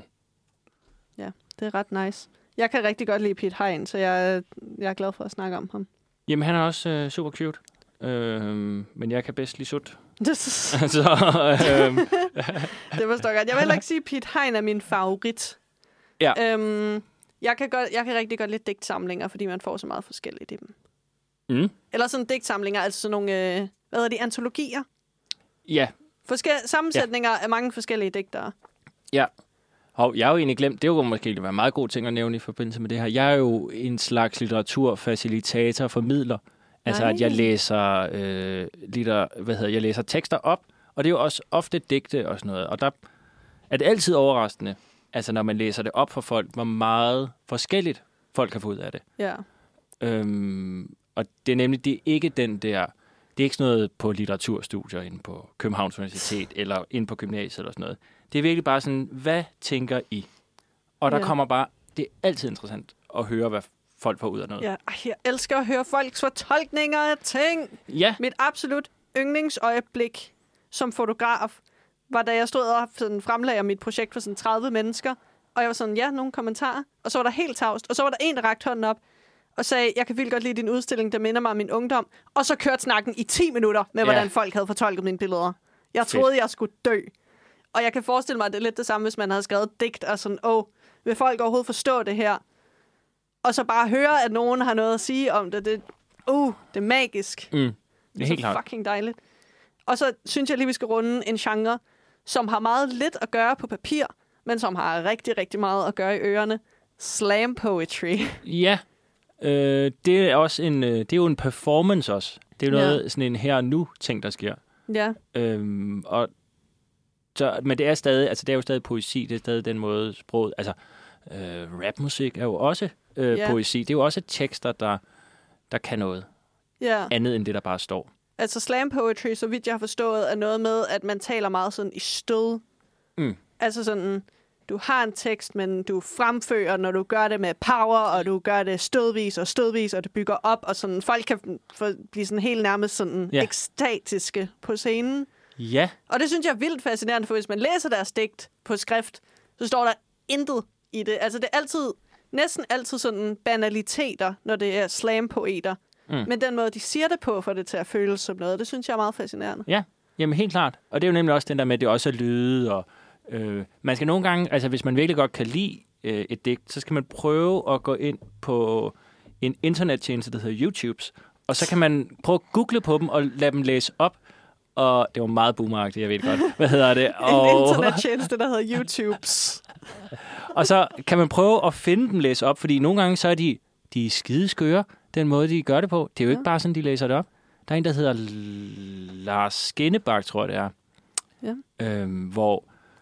Ja, det er ret nice. Jeg kan rigtig godt lide Piet Hein, så jeg, jeg er glad for at snakke om ham. Jamen han er også øh, super cute, øhm, men jeg kan bedst lide Sut. Det, Så, øhm, det forstår jeg godt. Jeg vil heller ikke sige, at Piet Hein er min favorit. Ja. Øhm, jeg, kan godt, jeg kan rigtig godt lide digtsamlinger, fordi man får så meget forskelligt i dem. mm, Eller sådan digtsamlinger, altså sådan nogle, øh, hvad hedder de, antologier? ja, Forskel- sammensætninger ja. af mange forskellige digtere. ja. Og jeg har jo egentlig glemt, det er jo måske være en meget god ting at nævne i forbindelse med det her. Jeg er jo en slags litteraturfacilitator, formidler. Altså Nej. at jeg læser, øh, litter, hvad hedder, jeg læser tekster op, og det er jo også ofte digte og sådan noget. Og der er det altid overraskende, altså når man læser det op for folk, hvor meget forskelligt folk kan få ud af det. Ja. Øhm, og det er nemlig, det er ikke den der, det er ikke sådan noget på litteraturstudier inde på Københavns Universitet, eller inde på gymnasiet eller sådan noget. Det er virkelig bare sådan, hvad tænker I? Og der Ja. kommer bare, det er altid interessant at høre, hvad folk får ud af noget. Ja. Ej, jeg elsker at høre folks fortolkninger af ting. Ja, Mit absolut yndlingsøjeblik som fotograf var, da jeg stod og sådan fremlagde mit projekt for sådan tredive mennesker, og jeg var sådan, ja, nogle kommentarer, og så var der helt tavst, og så var der en, der rakte hånden op og sagde, jeg kan vildt godt lide din udstilling, der minder mig om min ungdom, og så kørte snakken i ti minutter med, Ja. hvordan folk havde fortolket mine billeder. Jeg Fedt. troede, jeg skulle dø. Og jeg kan forestille mig, at det er lidt det samme, hvis man havde skrevet et digt, og sådan, åh, vil folk overhovedet forstå det her? Og så bare høre, at nogen har noget at sige om det. Det, uh, det er magisk. mm, det Det er er helt så klart. fucking dejligt. Og så synes jeg lige, vi skal runde en genre, som har meget lidt at gøre på papir, men som har rigtig, rigtig meget at gøre i ørerne. Slam poetry. Ja, Øh, det er også en, øh, det er jo en performance også. Det er jo noget, Ja. sådan en her og nu ting, der sker. Ja. Øhm, og så, men det er stadig, altså det er jo stadig poesi, det er stadig den måde sproget, altså øh, rapmusik er jo også øh, Ja. poesi. Det er jo også tekster, der, der kan noget Ja. andet end det, der bare står. Altså slam poetry, så vidt jeg har forstået, er noget med, at man taler meget sådan i stød. Mm. Altså sådan, du har en tekst, men du fremfører, når du gør det med power, og du gør det stødvis og stødvis, og det bygger op, og sådan, folk kan få, blive sådan helt nærmest sådan Ja. ekstatiske på scenen. Ja, Og det synes jeg er vildt fascinerende, for hvis man læser deres digt på skrift, så står der intet i det. Altså det er altid, næsten altid sådan banaliteter, når det er slam-poeter. Mm. Men den måde, de siger det på, får det til at føles som noget, det synes jeg er meget fascinerende. ja, jamen helt klart. Og det er jo nemlig også den der med, at det også er lyde, og øh, man skal nogle gange, altså hvis man virkelig godt kan lide øh, et digt, så skal man prøve at gå ind på en internettjeneste, der hedder YouTubes, og så kan man prøve at google på dem og lade dem læse op. Og det var meget boomeragtigt, jeg ved godt. Hvad hedder det? En Og, internettjeneste, der hedder YouTubes. og så kan man prøve at finde dem læse op, fordi nogle gange så er de, de er skideskøre, den måde, de gør det på. Det er jo ikke bare sådan, de læser det op. Der er en, der hedder Lars Skinnebak, tror jeg det er. Ja. Øhm, hvor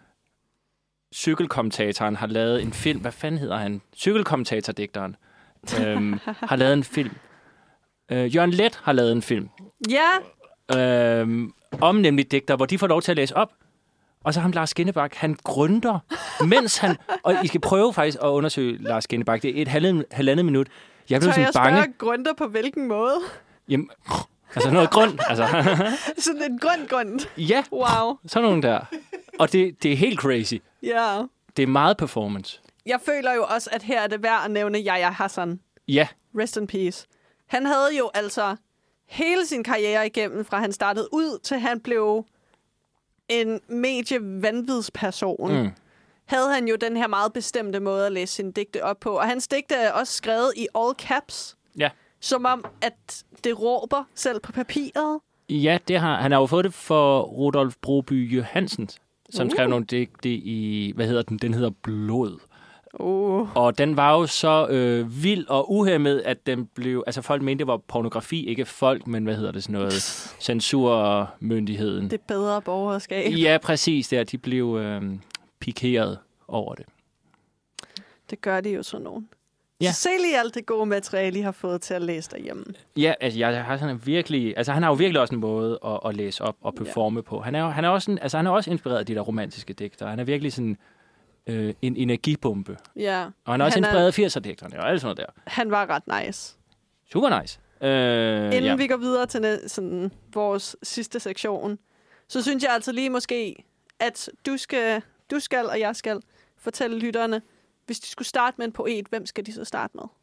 cykelkommentatoren har lavet en film. Hvad fanden hedder han? Cykelkommentatordigteren øhm, har lavet en film. Øh, Jørgen Leth har lavet en film. Ja, Øhm, om nemlig digter, hvor de får lov til at læse op. Og så ham Lars Skinnebak, han gründer, mens han... Og I skal prøve faktisk at undersøge Lars Skinnebak. Det er et halvandet, halvandet minut. Jeg blev tør sådan jeg bange. spørge Grunder på hvilken måde? Jamen, altså noget grund. Altså. Sådan en grund grund. Ja, Wow. sådan nogen der. Og det, det er helt crazy. Ja. Det er meget performance. Jeg føler jo også, at her er det værd at nævne Yahya Hassan. Ja, Rest in peace. Han havde jo altså hele sin karriere igennem, fra han startede ud, til han blev en medievanvidsperson. mm. Havde han jo den her meget bestemte måde at læse sine digte op på. Og hans digte er også skrevet i all caps. Ja. Som om, at det råber selv på papiret. Ja, det har, han har jo fået det for Rudolf Broby Johansen, som Uh. skrev nogle digte i, hvad hedder den? Den hedder Blod. Uh. Og den var jo så øh, vild og uhæmmet, at den blev... Altså folk mente, det var pornografi, ikke folk, men hvad hedder det sådan noget? Censurmyndigheden. Det bedre borgerskab. Ja, præcis. Der, de blev øh, pikeret over det. Det gør de jo sådan nogen. Ja. Så se lige alt det gode materiale, I har fået til at læse derhjemme. Ja, altså jeg har sådan en virkelig... Altså han har jo virkelig også en måde at, at læse op og performe ja. på. Han er jo han er også en, altså han er også inspireret af de der romantiske digter. Han er virkelig sådan øh, en energibombe. Ja. Og han er også Han er- inspireret af firserne-digterne og alt sådan noget der. Han var ret nice. Super nice. Øh, Inden ja. vi går videre til næ- sådan, vores sidste sektion, så synes jeg altså lige måske, at du skal, du skal og jeg skal fortælle lytterne, hvis de skulle starte med en poet, hvem skal de så starte med?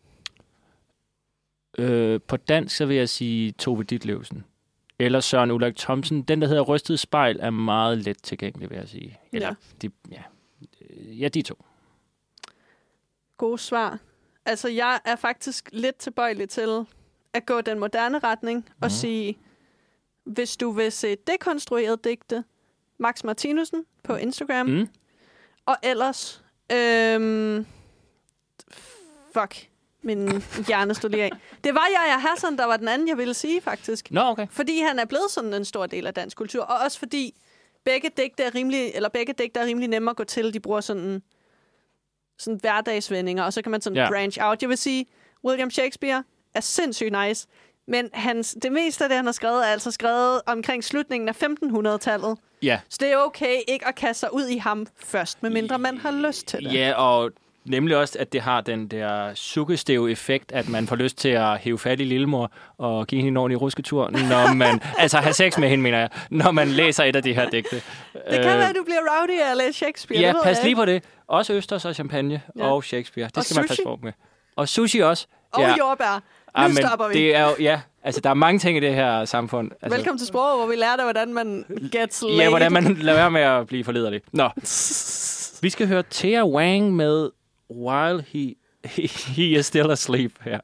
Øh, på dansk, så vil jeg sige Tove Ditlevsen. Eller Søren Ulrik Thomsen. Den, der hedder Rystet Spejl, er meget let tilgængelig, vil jeg sige. Eller, Ja. de, ja. ja, de to. Gode svar. Altså, jeg er faktisk lidt tilbøjelig til at gå den moderne retning og Mhm. sige, hvis du vil se dekonstrueret digte, Max Martinussen på Instagram, Mm. og ellers, øhm, fuck, min hjerne stod lige af. Det var Yahya Hassan, der var den anden, jeg ville sige, faktisk. Nå, okay. Fordi han er blevet sådan en stor del af dansk kultur, og også fordi begge digte er rimelig, eller begge digte er rimelig nemme at gå til. De bruger sådan, sådan hverdagsvendinger, og så kan man sådan Ja. branch out. Jeg vil sige, William Shakespeare er sindssygt nice, men hans, det meste af det, han har skrevet, er altså skrevet omkring slutningen af femtenhundredetallet. Ja. Så det er okay ikke at kaste sig ud i ham først, medmindre man har lyst til det. Ja, og nemlig også, at det har den der sukkestæv-effekt, at man får lyst til at hæve fat i lillemor og give hende en ordentlig rusketur, når man... altså have sex med hende, mener jeg, når man læser et af de her digte. Det kan være, at du bliver rowdy af at læse Shakespeare. Ja, det ved pas jeg lige ikke. på det. Også østers og champagne Ja. og Shakespeare. Det Og skal man sushi. passe på med. Og sushi også. Og ja. jordbær. Nu Ah, men stopper vi. det er jo, ja, altså der er mange ting i det her samfund. Altså, Velkommen til Sprog, hvor vi lærte, hvordan man gets laid. Ja, hvordan man lader være med at blive forlederlig. Nå. Vi skal høre Thea Wang med While He, he, he Is Still Asleep her.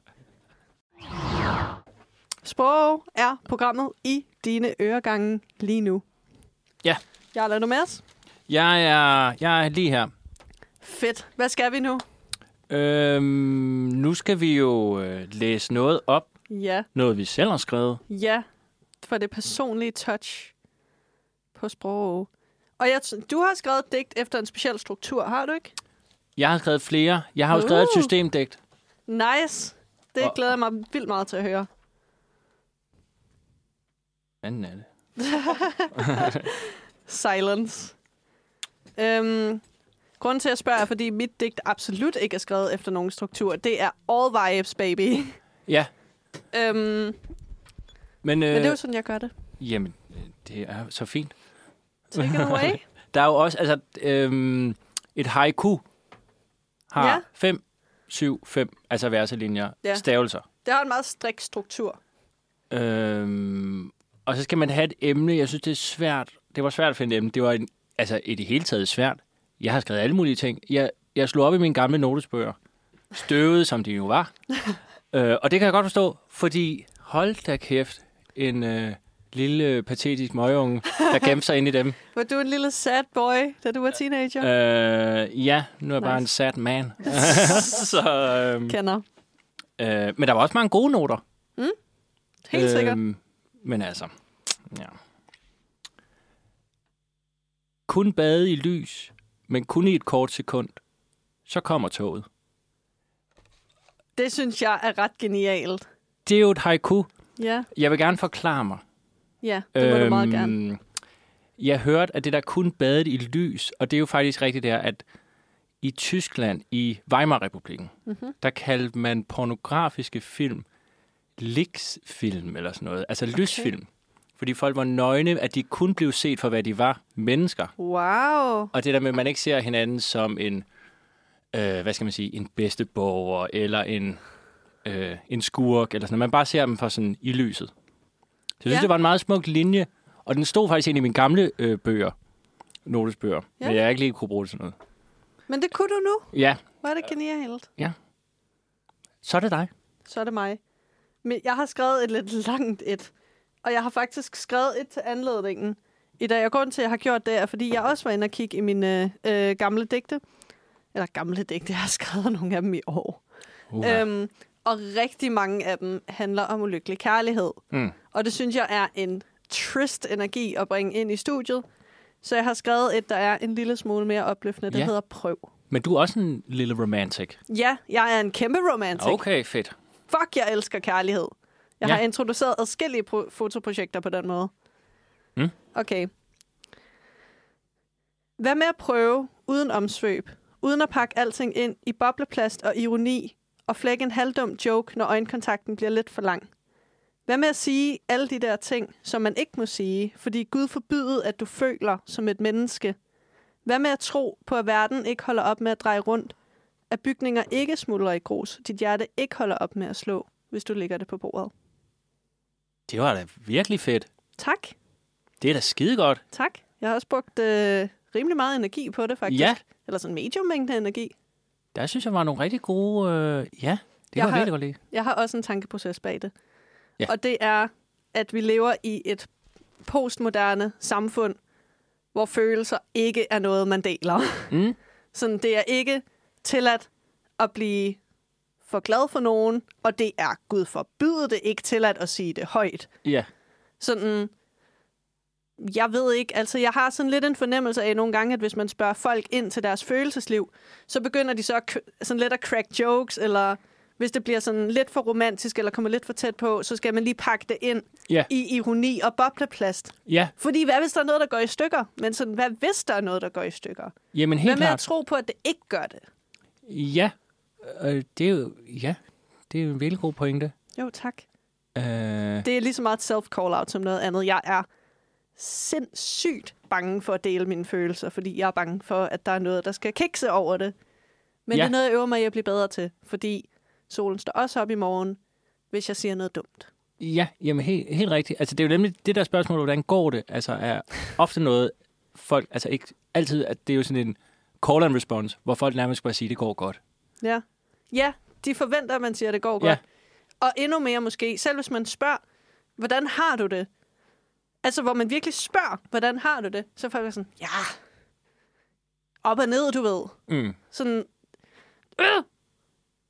Sprog er programmet i dine øregange lige nu. Ja. Jarl, er du med os? Jeg er, jeg er lige her. Fedt. Hvad skal vi nu? Øhm, nu skal vi jo øh, læse noget op. Ja, Noget, vi selv har skrevet. ja. For det personlige touch på sprog. Og jeg, t- du har skrevet et digt efter en speciel struktur, har du ikke? Jeg har skrevet flere. Jeg har jo Uh. skrevet et systemdigt. Nice. Det Og- glæder jeg mig vildt meget til at høre. Hvordan er det? Silence. Øhm, grunden til at spørge er, fordi mit digt absolut ikke er skrevet efter nogen struktur. Det er all vibes, baby. Ja, øhm, men, øh, men det er jo sådan, jeg gør det. jamen, øh, det er så fint. Take it away. Der er jo også, altså, øhm, et haiku har Ja. fem, syv, fem, altså verselinjer, Ja. stavelser. Det har en meget strikt struktur. Øhm, og så skal man have et emne. Jeg synes, det er svært. Det var svært at finde et emne. Det var en, altså i det hele taget svært. Jeg har skrevet alle mulige ting. Jeg, jeg slog op i mine gamle notesbøger. Støvede, som de jo var. øh, og det kan jeg godt forstå, fordi hold da kæft, en øh, lille patetisk møgeunge, der gemte sig ind i dem. Var du en lille sad boy, da du var teenager? Øh, ja, nu er jeg bare Nice. en sad man. så, øh, Kender. øh, men der var også mange gode noter. Helt sikkert. Øhm, men altså, ja. Kun bade i lys, men kun i et kort sekund. Så kommer toget. Det synes jeg er ret genialt. Det er jo et haiku. Ja, Jeg vil gerne forklare mig. ja, det må du meget gerne. Jeg hørte, at det der kun badet i lys, og det er jo faktisk rigtigt der, at i Tyskland, i Weimar-republikken, mm-hmm. der kaldte man pornografiske film Liksfilm eller sådan noget. Altså okay. Lysfilm. Fordi folk var nøgne, at de kun blev set for, hvad de var. Mennesker. Wow. Og det der med, at man ikke ser hinanden som en, øh, hvad skal man sige, en bedsteborger, eller en, øh, en skurk, eller sådan noget. Man bare ser dem for sådan i lyset. Så jeg synes, Ja. det var en meget smuk linje, og den stod faktisk ind i mine gamle øh, bøger, notesbøger, Ja. men jeg har ikke lige kunne bruge det sådan noget. Men det kunne du nu. Ja, Var det genialt. så er det dig. Så er det mig. Men jeg har skrevet et lidt langt et. Og jeg har faktisk skrevet et til anledningen i dag. Og grunden til, at jeg har gjort det, er, fordi jeg også var inde og kigge i mine øh, gamle digte. Eller gamle digte. Jeg har skrevet nogle af dem i år. Uh. Øhm, og rigtig mange af dem handler om ulykkelig kærlighed. Mm. Og det synes jeg er en trist energi at bringe ind i studiet. Så jeg har skrevet et, der er en lille smule mere opløftende. Det Ja. hedder Prøv. Men du er også en lille romantic. Ja, jeg er en kæmpe romantic. Okay, fedt. Fuck, jeg elsker kærlighed. Jeg Ja. har introduceret adskillige pro- fotoprojekter på den måde. Mm. Okay. Hvad med at prøve uden omsvøb, uden at pakke alting ind i bobleplast og ironi, og flække en halvdum joke, når øjenkontakten bliver lidt for lang? Hvad med at sige alle de der ting, som man ikke må sige, fordi Gud forbyder, at du føler som et menneske? Hvad med at tro på, at verden ikke holder op med at dreje rundt, at bygninger ikke smuldrer i grus, dit hjerte ikke holder op med at slå, hvis du lægger det på bordet? Det var da virkelig fedt. Tak. Det er da skide godt. Tak. Jeg har også brugt øh, rimelig meget energi på det, faktisk. Ja. Eller sådan en medium mængde energi. Der synes jeg var nogle rigtig gode... Øh, ja, det Jeg var har- virkelig godt lide. Jeg har også en tankeproces bag det. Ja. Og det er, at vi lever i et postmoderne samfund, hvor følelser ikke er noget, man deler. Mm. Sådan, det er ikke tilladt at blive for glad for nogen, og det er, Gud forbyde det, ikke tilladt at sige det højt. Ja. Sådan, jeg ved ikke, altså jeg har sådan lidt en fornemmelse af nogle gange, at hvis man spørger folk ind til deres følelsesliv, så begynder de så at, k- sådan lidt at crack jokes, eller hvis det bliver sådan lidt for romantisk, eller kommer lidt for tæt på, så skal man lige pakke det ind Ja. i ironi og bobleplast. Ja, Fordi hvad hvis der er noget, der går i stykker? Men sådan, hvad hvis der er noget, der går i stykker? jamen Hvad helt med at klart. tro på, at det ikke gør det? Ja, øh, det er jo... Ja, det er jo en virkelig god pointe. Jo, tak. Øh, Det er lige så meget self-call-out som noget andet. Jeg er sindssygt bange for at dele mine følelser, fordi jeg er bange for, at der er noget, der skal kikse over det. Men Ja. det er noget, jeg øver mig i at blive bedre til, fordi solen står også op i morgen, hvis jeg siger noget dumt. ja, jamen helt, helt rigtigt. Altså det er jo nemlig det der spørgsmål, hvordan går det? Altså er ofte noget, folk... Altså ikke altid, at det er jo sådan en call and response, hvor folk nærmest bare siger, det går godt. Ja. Ja, de forventer, at man siger, at det går godt. Ja. Og endnu mere måske, selv hvis man spørger, hvordan har du det? Altså, hvor man virkelig spørger, hvordan har du det? Så er folk er sådan, ja, op og ned, du ved. Mm. Sådan, øh,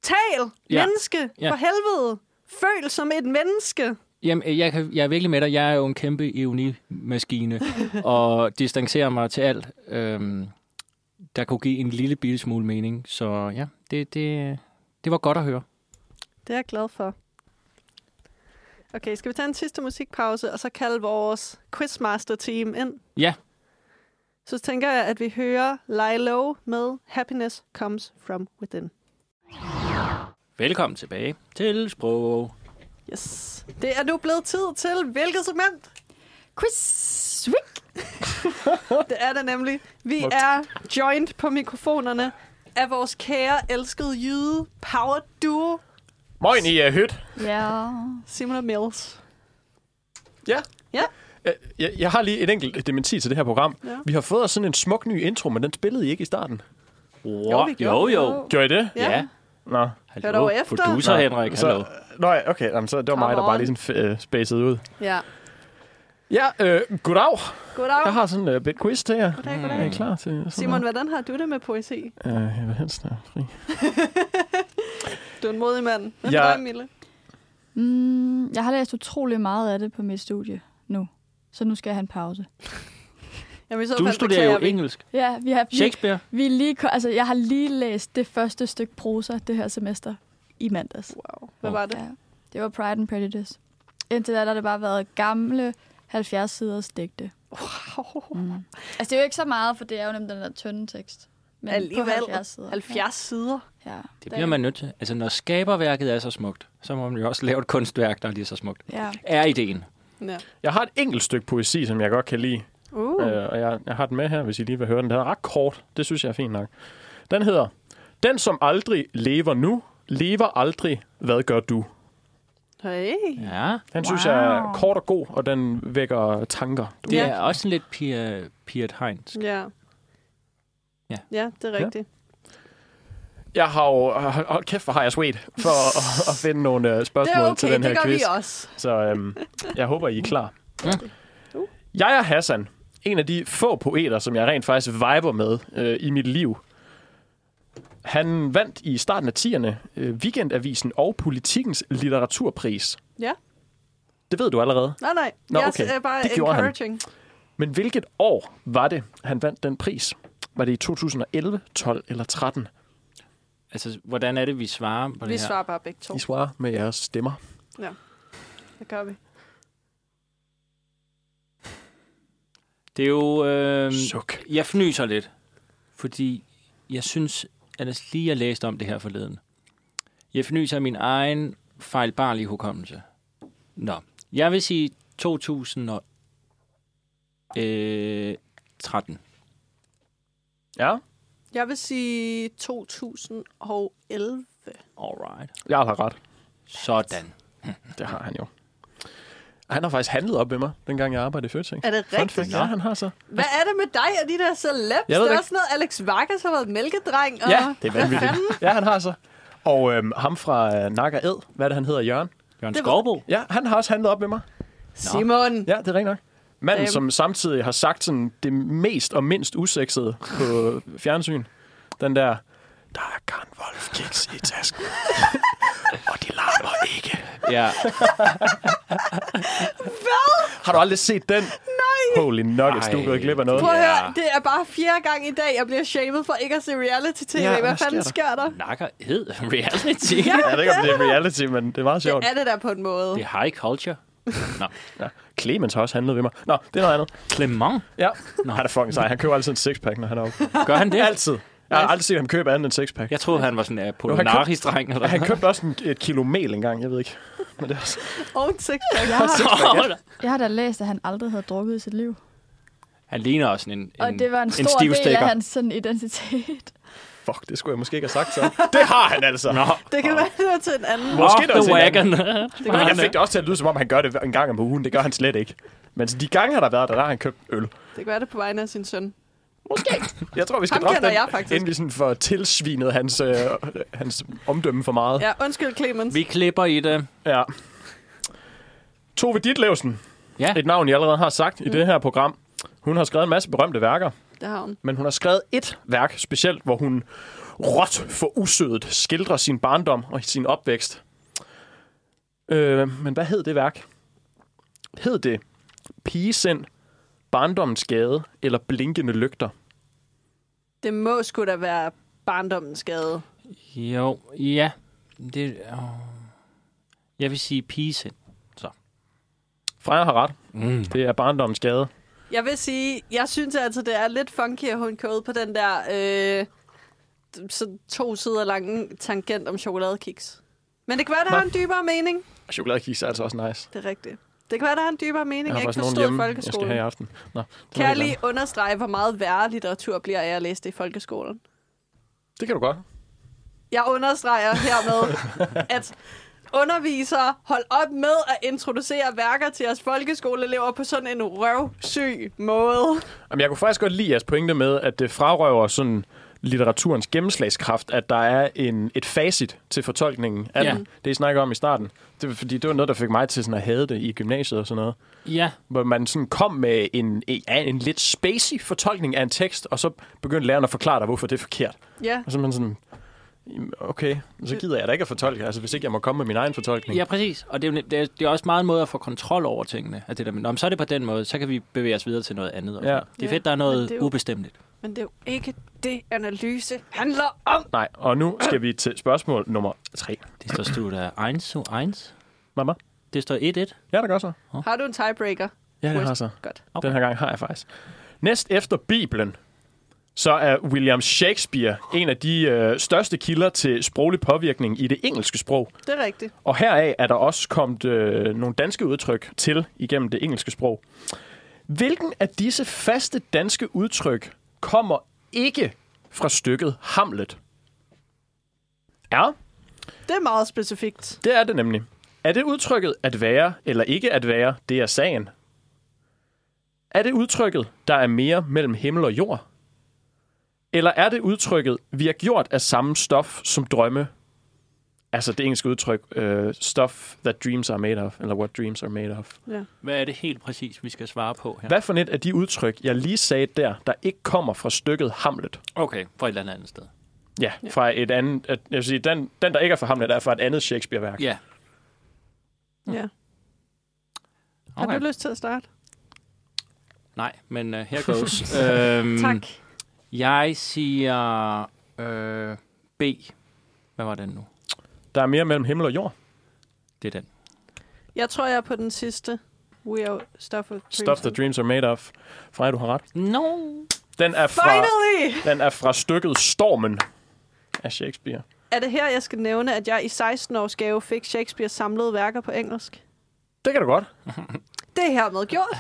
Tal, Ja. menneske, Ja. for helvede. Føl som et menneske. Jamen, jeg, kan, jeg er virkelig med dig. Jeg er jo en kæmpe ironimaskine, og distancerer mig til alt, øhm, der kunne give en lille bitte smule mening. Så ja, det, det, det var godt at høre. Det er jeg glad for. Okay, skal vi tage en sidste musikpause, og så kalde vores Quizmaster-team ind? Ja. Så tænker jeg, at vi hører Lie Low med Happiness Comes From Within. Velkommen tilbage til Sprog. Yes. Det er nu blevet tid til hvilket segment? Quiz. Det er det nemlig. Vi Smukt. er joined på mikrofonerne af vores kære, elskede jyde power duo, Moin i uh, hyt. Ja. Simon og Mills. Ja. Ja. Jeg, jeg, jeg har lige et enkelt dementi til det her program. Ja. Vi har fået sådan en smuk ny intro, men den spillede I ikke i starten. Jo, vi gjorde. Jo, jo. Gjorde I det? Ja. Ja. Nå. Hør Hallo, dog efter. producer Nå, Henrik, så, hallo. Nå, ja, okay. Jamen, så det var Come mig, der bare on. lige sådan uh, spacede ud. Ja. Ja, øh, goddag. Goddag. Jeg har sådan en uh, bit quiz til jer. Goddag, Er I goddag. klar til sådan Simon, hvordan har du det med poesi? noget? Øh, jeg vil helst være fri. Du er en modig mand. Hvad Ja. ja. dig, Mille? Mm, jeg har læst utrolig meget af det på mit studie nu. Så nu skal jeg have en pause. Jamen, i så Du fald studerer beklager jo vi. engelsk. Ja, vi har, vi, Shakespeare. vi er lige, ko- altså, jeg har lige læst det første stykke prosa det her semester i mandags. Wow. Hvad var det? Ja, det var Pride and Prejudice. Indtil da der har det bare været gamle halvfjerds siders digte. Wow. Mm. Altså, det er jo ikke så meget, for det er jo nemlig den der tynde tekst. Men Alligevel. på halvfjerds sider. halvfjerds sider. Ja. Det bliver man nødt til. Altså, når skaberværket er så smukt, så må man jo også lave et kunstværk, der er lige så smukt. Ja. Er ideen. Ja. Jeg har et enkelt stykke poesi, som jeg godt kan lide. Uh. Øh, og jeg, jeg har den med her, hvis I lige vil høre den. Den er ret kort. Det synes jeg er fint nok. Den hedder: Den, som aldrig lever nu, lever aldrig. Hvad gør du? Hey. Ja. Den synes jeg er kort og god, og den vækker tanker. Det Ja. er også lidt Pia, Piet Heinz. Ja. Ja. Ja, det er rigtigt. Jeg har jo... Hold kæft, hvor har jeg sweet for at, at finde nogle uh, Det spørgsmål er okay, til den her det gør quiz. vi også. Så øhm, jeg håber, I er klar. Ja. Uh. Jeg er Hassan. En af de få poeter, som jeg rent faktisk viber med øh, i mit liv. Han vandt i starten af tierne øh, Weekendavisen og Politikens litteraturpris. Ja. Det ved du allerede. Nej, nej. Nå, jeg okay. er bare Det gjorde han. encouraging. Men hvilket år var det, han vandt den pris? Var det i to tusind og elleve, tolv eller tretten? Altså, hvordan er det, vi svarer på Vi det her? svarer bare begge to. I svarer med jeres stemmer. Det gør vi. Det er jo... Øh, Suk. jeg fnyser lidt, fordi jeg synes, at lige jeg læste om det her forleden. Jeg fnyser af min egen fejlbarlige hukommelse. Nå, jeg vil sige to tusind og tretten. Ja, Jeg vil sige to tusind og elleve. Alright. jeg har ret. Sådan. Det har han jo. Han har faktisk handlet op med mig, dengang jeg arbejdede i Føtex. Er det Fun rigtigt? fact. Ja, han har så. Hvad er det med dig og de der celebs? Jeg ved Det er det også noget, Alex Vargas har været mælkedreng. Og Ja, det er Hvad vanvittigt. fanden? Ja, han har så. Og øhm, ham fra øh, Nakker Ed, hvad er det, han hedder, Jørgen? Jørgen Det var- Skovbo. Ja, han har også handlet op med mig. Simon. Ja, det er rigtigt nok. Manden, Damn. som samtidig har sagt sådan det mest og mindst usexede på fjernsyn. Den der, der er Karen Wolf kiks i tasken. Og de larmer ikke. Ja. Har du aldrig set den? Nej. Holy nuggets, du er gået glip af noget. Prøv at Ja. høre, det er bare fjerde gang i dag, jeg bliver shamed for ikke at se reality-tv. Ja, Hvad hvad fanden sker sker der? Nakker hed reality. Ja. Jeg ved ikke, om det er reality, men det er meget sjovt. Det er det der på en måde. Det er high culture. Nå. Ja. Clemens har også handlet ved mig. Nå, det er noget andet. Clement. Ja. Nå, han er fucking sej. Han køber altid en sixpack, når han er oppe. Gør han det? Altid. Jeg har aldrig set ham købe andet end sixpack. Jeg troede, han var sådan en han Polonari-streng. Eller Han købte også en, et kilo mel engang, jeg ved ikke. Men det er også... Og en sixpack. Jeg har, noget. jeg har da læst, at han aldrig havde drukket i sit liv. Han ligner også en, en, Og det var en en stor stiv del stikker. af hans sådan, identitet. Fuck, det skulle jeg måske ikke have sagt så. Det har han altså. Nå, Det kan være, det var til en anden. Måske off der er the også en wagon. Men jeg fik det også til at lyde, som om han gør det en gang om ugen. Det gør han slet ikke. Men de gange, han har været der, der har han købt øl. Det kan være det på vegne af sin søn. Måske. Jeg tror, vi skal Ham droppe kender den, jeg faktisk. inden vi sådan får tilsvinet hans, øh, hans omdømme for meget. Ja, undskyld Clemens. Vi klipper i det. Ja. Tove Ditlevsen. Ja. Et navn, jeg allerede har sagt mm. i det her program. Hun har skrevet en masse berømte værker. Det har hun. Men hun har skrevet et værk specielt, hvor hun råt for usødet skildrer sin barndom og sin opvækst. Øh, men hvad hed det værk? Hed det Pigesind, Barndommens Gade eller Blinkende Lygter? Det må sgu da være Barndommens Gade. Jo, ja. Det, øh, jeg vil sige Pigesind. Så. Freja har ret. Mm. Det er Barndommens Gade. Jeg vil sige, jeg synes altså, det er lidt funky, at hun kød på den der øh, så to sider lange tangent om chokoladekiks. Men det kan være, der Nå. har en dybere mening. Chokoladekiks er altså også nice. Det er rigtigt. Det kan være, der har en dybere mening. Jeg har Jeg ikke faktisk nogen forstået hjemme, jeg skal folkeskolen. have i aften. Nå, Kan jeg lige understrege, hvor meget værre litteratur bliver af at læse det i folkeskolen? Det kan du godt. Jeg understreger hermed, at undervisere hold op med at introducere værker til jeres folkeskoleelever på sådan en røvsyg måde. Jamen, jeg kunne faktisk godt lide jeres pointe med, at det frarøver sådan litteraturens gennemslagskraft, at der er en, et facit til fortolkningen af Ja. den. Det, I snakker om i starten. Det var, fordi det var noget, der fik mig til sådan at hade det i gymnasiet og sådan noget. Ja. Hvor man sådan kom med en, en, en lidt spacey fortolkning af en tekst, og så begyndte læreren at forklare dig, hvorfor det er forkert. Ja. Og så er man sådan, okay, så gider jeg da ikke at fortolke, altså hvis ikke jeg må komme med min egen fortolkning. Ja, præcis. Og det er, jo- det, er, det er også meget en måde at få kontrol over tingene. At det der, Nå, men så er det på den måde, så kan vi bevæge os videre til noget andet. Ja. Det er Ja, fedt, der er men noget det er jo- ubestemmeligt. Men det er jo ikke det, analyse handler om. Nej, og nu skal vi til spørgsmål nummer tre. Det står slut af eins zu eins. Mamma? Det står et et. Ja, det gør så. Har du en tiebreaker? Ja, det har så. Godt. Okay. Den her gang har jeg faktisk. Næst efter Bibelen, så er William Shakespeare en af de øh, største kilder til sproglig påvirkning i det engelske sprog. Det er rigtigt. Og heraf er der også kommet øh, nogle danske udtryk til igennem det engelske sprog. Hvilken af disse faste danske udtryk kommer ikke fra stykket Hamlet? Ja, Det er meget specifikt. det er det nemlig. Er det udtrykket at være eller ikke at være, det er sagen? Er det udtrykket, der er mere mellem himmel og jord? Eller er det udtrykket, vi er gjort af samme stof som drømme? Altså det engelske udtryk, uh, stuff that dreams are made of, eller what dreams are made of. Ja. Hvad er det helt præcis, vi skal svare på her? Hvad for et af de udtryk, jeg lige sagde der, der ikke kommer fra stykket Hamlet? Okay, fra et eller andet sted. Ja, fra et andet... at- Jeg vil sige, den, den, der ikke er fra Hamlet, er fra et andet Shakespeare-værk. Ja. Ja. Har Okay. du lyst til at starte? Nej, men uh, her goes. øhm, Tak. Jeg siger øh, B. Hvad var den nu? Der er mere mellem himmel og jord. Det er den. Jeg tror, jeg er på den sidste. We are stuff of Stuff that dreams are made of. Freja, du har ret. No. Den er fra, Finally! den er fra stykket Stormen af Shakespeare. Er det her, jeg skal nævne, at jeg i seksten års gave fik Shakespeares samlede værker på engelsk? Det kan du godt. Det er hermed gjort.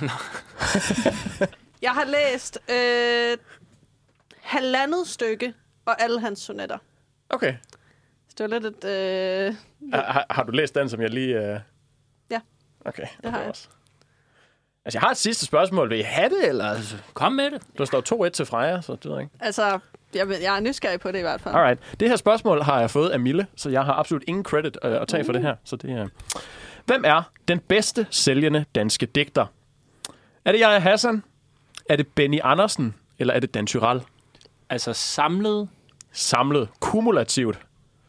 Jeg har læst øh, halvandet stykke og alle hans sonetter. Okay. Så det var lidt et... Øh, Har, har du læst den, som jeg lige... Uh... Ja. Okay, Det har jeg. også. Altså, jeg har et sidste spørgsmål. Vil I have det, eller? Kom med det. Der står to et til Freja, så det ved jeg ikke. altså, jeg, ved- jeg er nysgerrig på det i hvert fald. Alright. Det her spørgsmål har jeg fået af Mille, så jeg har absolut ingen credit uh, at tage uh. for det her. Så det er... Hvem er den bedste sælgende danske digter? Er det Yahya Hassan? Er det Benny Andersen? Eller er det Dan Tyrell? Altså samlet. Samlet, kumulativt.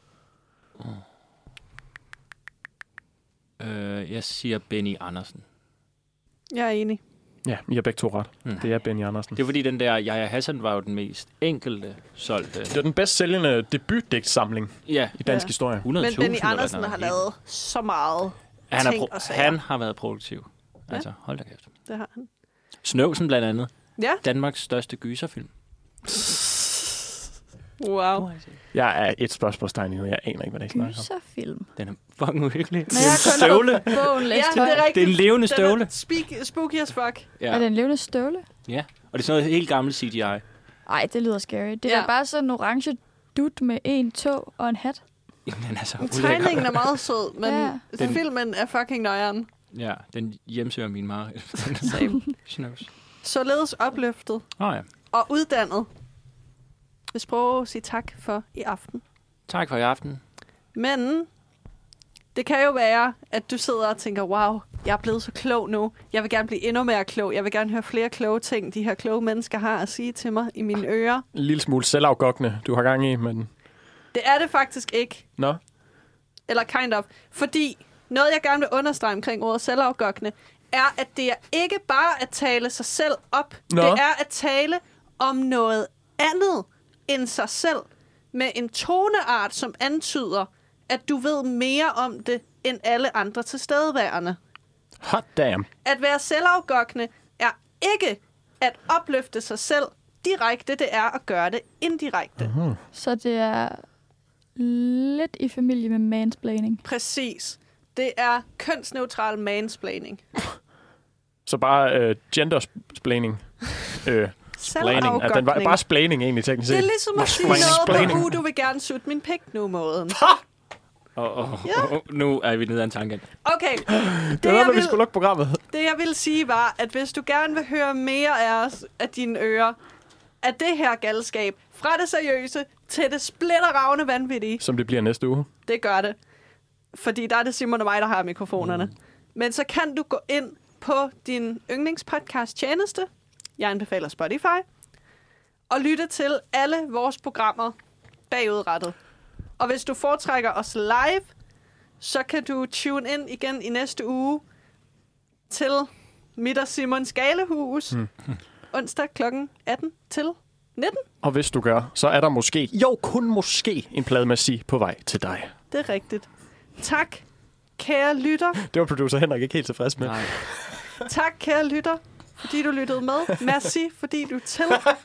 Øh, jeg siger Benny Andersen. Jeg er enig. Ja, I har begge to ret. Mm. Det er Benny Andersen. Det er fordi, den der Yahya Hassan var jo den mest enkelte solgte. Det er den bedst sælgende debutdigtsamling Ja, i dansk Ja. historie. hundrede Men tusind. Benny eller Andersen noget har helt. lavet så meget. Han, er ting pro- og sager. han har været produktiv. Ja. Altså, hold da kæft. Det har han. Snøvsen blandt andet. Ja. Danmarks største gyserfilm. Wow. Jeg er et spørgsmålstegn nu. Jeg aner ikke, hvad det er, I snakker om. Gyserfilm. Den er fucking uhyggelig. Men jeg har kun Støvle. bogen læst Ja, det er rigtigt. Det er en levende Den støvle. er speak, spooky as fuck. Ja. Er det en levende støvle? ja. Og det er sådan noget helt gammelt C G I. Ej, det lyder scary. Det er Ja. bare sådan en orange dut med en tog og en hat. Jamen, altså, ulækker. Tegningen er meget sød, men Ja. ja. filmen er fucking nøjeren. Ja, den hjemsøger min mar. Same. Snøvs. Således opløftet Åh oh, ja. og uddannet. Vil Sprog sige tak for i aften. Tak for i aften. Men det kan jo være, at du sidder og tænker, wow, jeg er blevet så klog nu. Jeg vil gerne blive endnu mere klog. Jeg vil gerne høre flere kloge ting, de her kloge mennesker har at sige til mig i mine ører. En lille smule selvafgokkende, du har gang i, men Det er det faktisk ikke. Nå. Eller kind of. Fordi noget, jeg gerne vil understrege omkring ordet selvafgokkende, er, at det er ikke bare at tale sig selv op. Nå. Det er at tale om noget andet end sig selv. Med en toneart, som antyder, at du ved mere om det, end alle andre tilstedeværende. Hot damn. At være selvafgokkende er ikke at opløfte sig selv direkte, det er at gøre det indirekte. Uh-huh. Så det er lidt i familie med mansplaining. Præcis. Det er kønsneutral mansplaining. Så bare øh, gendersplaining. øh, splaining. Ja, den var bare splaining egentlig, teknisk set. Det er ligesom at sige noget på, uh, du vil gerne sutte min pik nu-måden. Og, og, Ja. og, og nu er vi nede ad en tangent. Okay. Det var noget, vi skulle lukke programmet. Det jeg ville sige var, at hvis du gerne vil høre mere af os, af dine ører, af det her galskab, fra det seriøse til det splitterravne vanvittige, Som det bliver næste uge. det gør det. Fordi der er det Simon og mig, der har mikrofonerne. Mm. Men så kan du gå ind på din yndlingspodcast tjeneste. Jeg anbefaler Spotify. Og lytte til alle vores programmer bagudrettet. Og hvis du foretrækker os live, så kan du tune ind igen i næste uge til mit og Simons Galehus. Mm. Onsdag klokken atten til nitten. Og hvis du gør, så er der måske, jo kun måske, en plademasse på vej til dig. Det er rigtigt. Tak, kære lytter. Det var producer Henrik ikke helt tilfreds med. Nej. Tak, kære lytter, fordi du lyttede med. Merci, fordi du er til.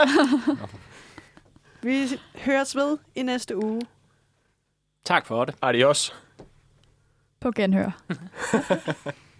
Vi høres ved i næste uge. Tak for det. Adios. På genhør.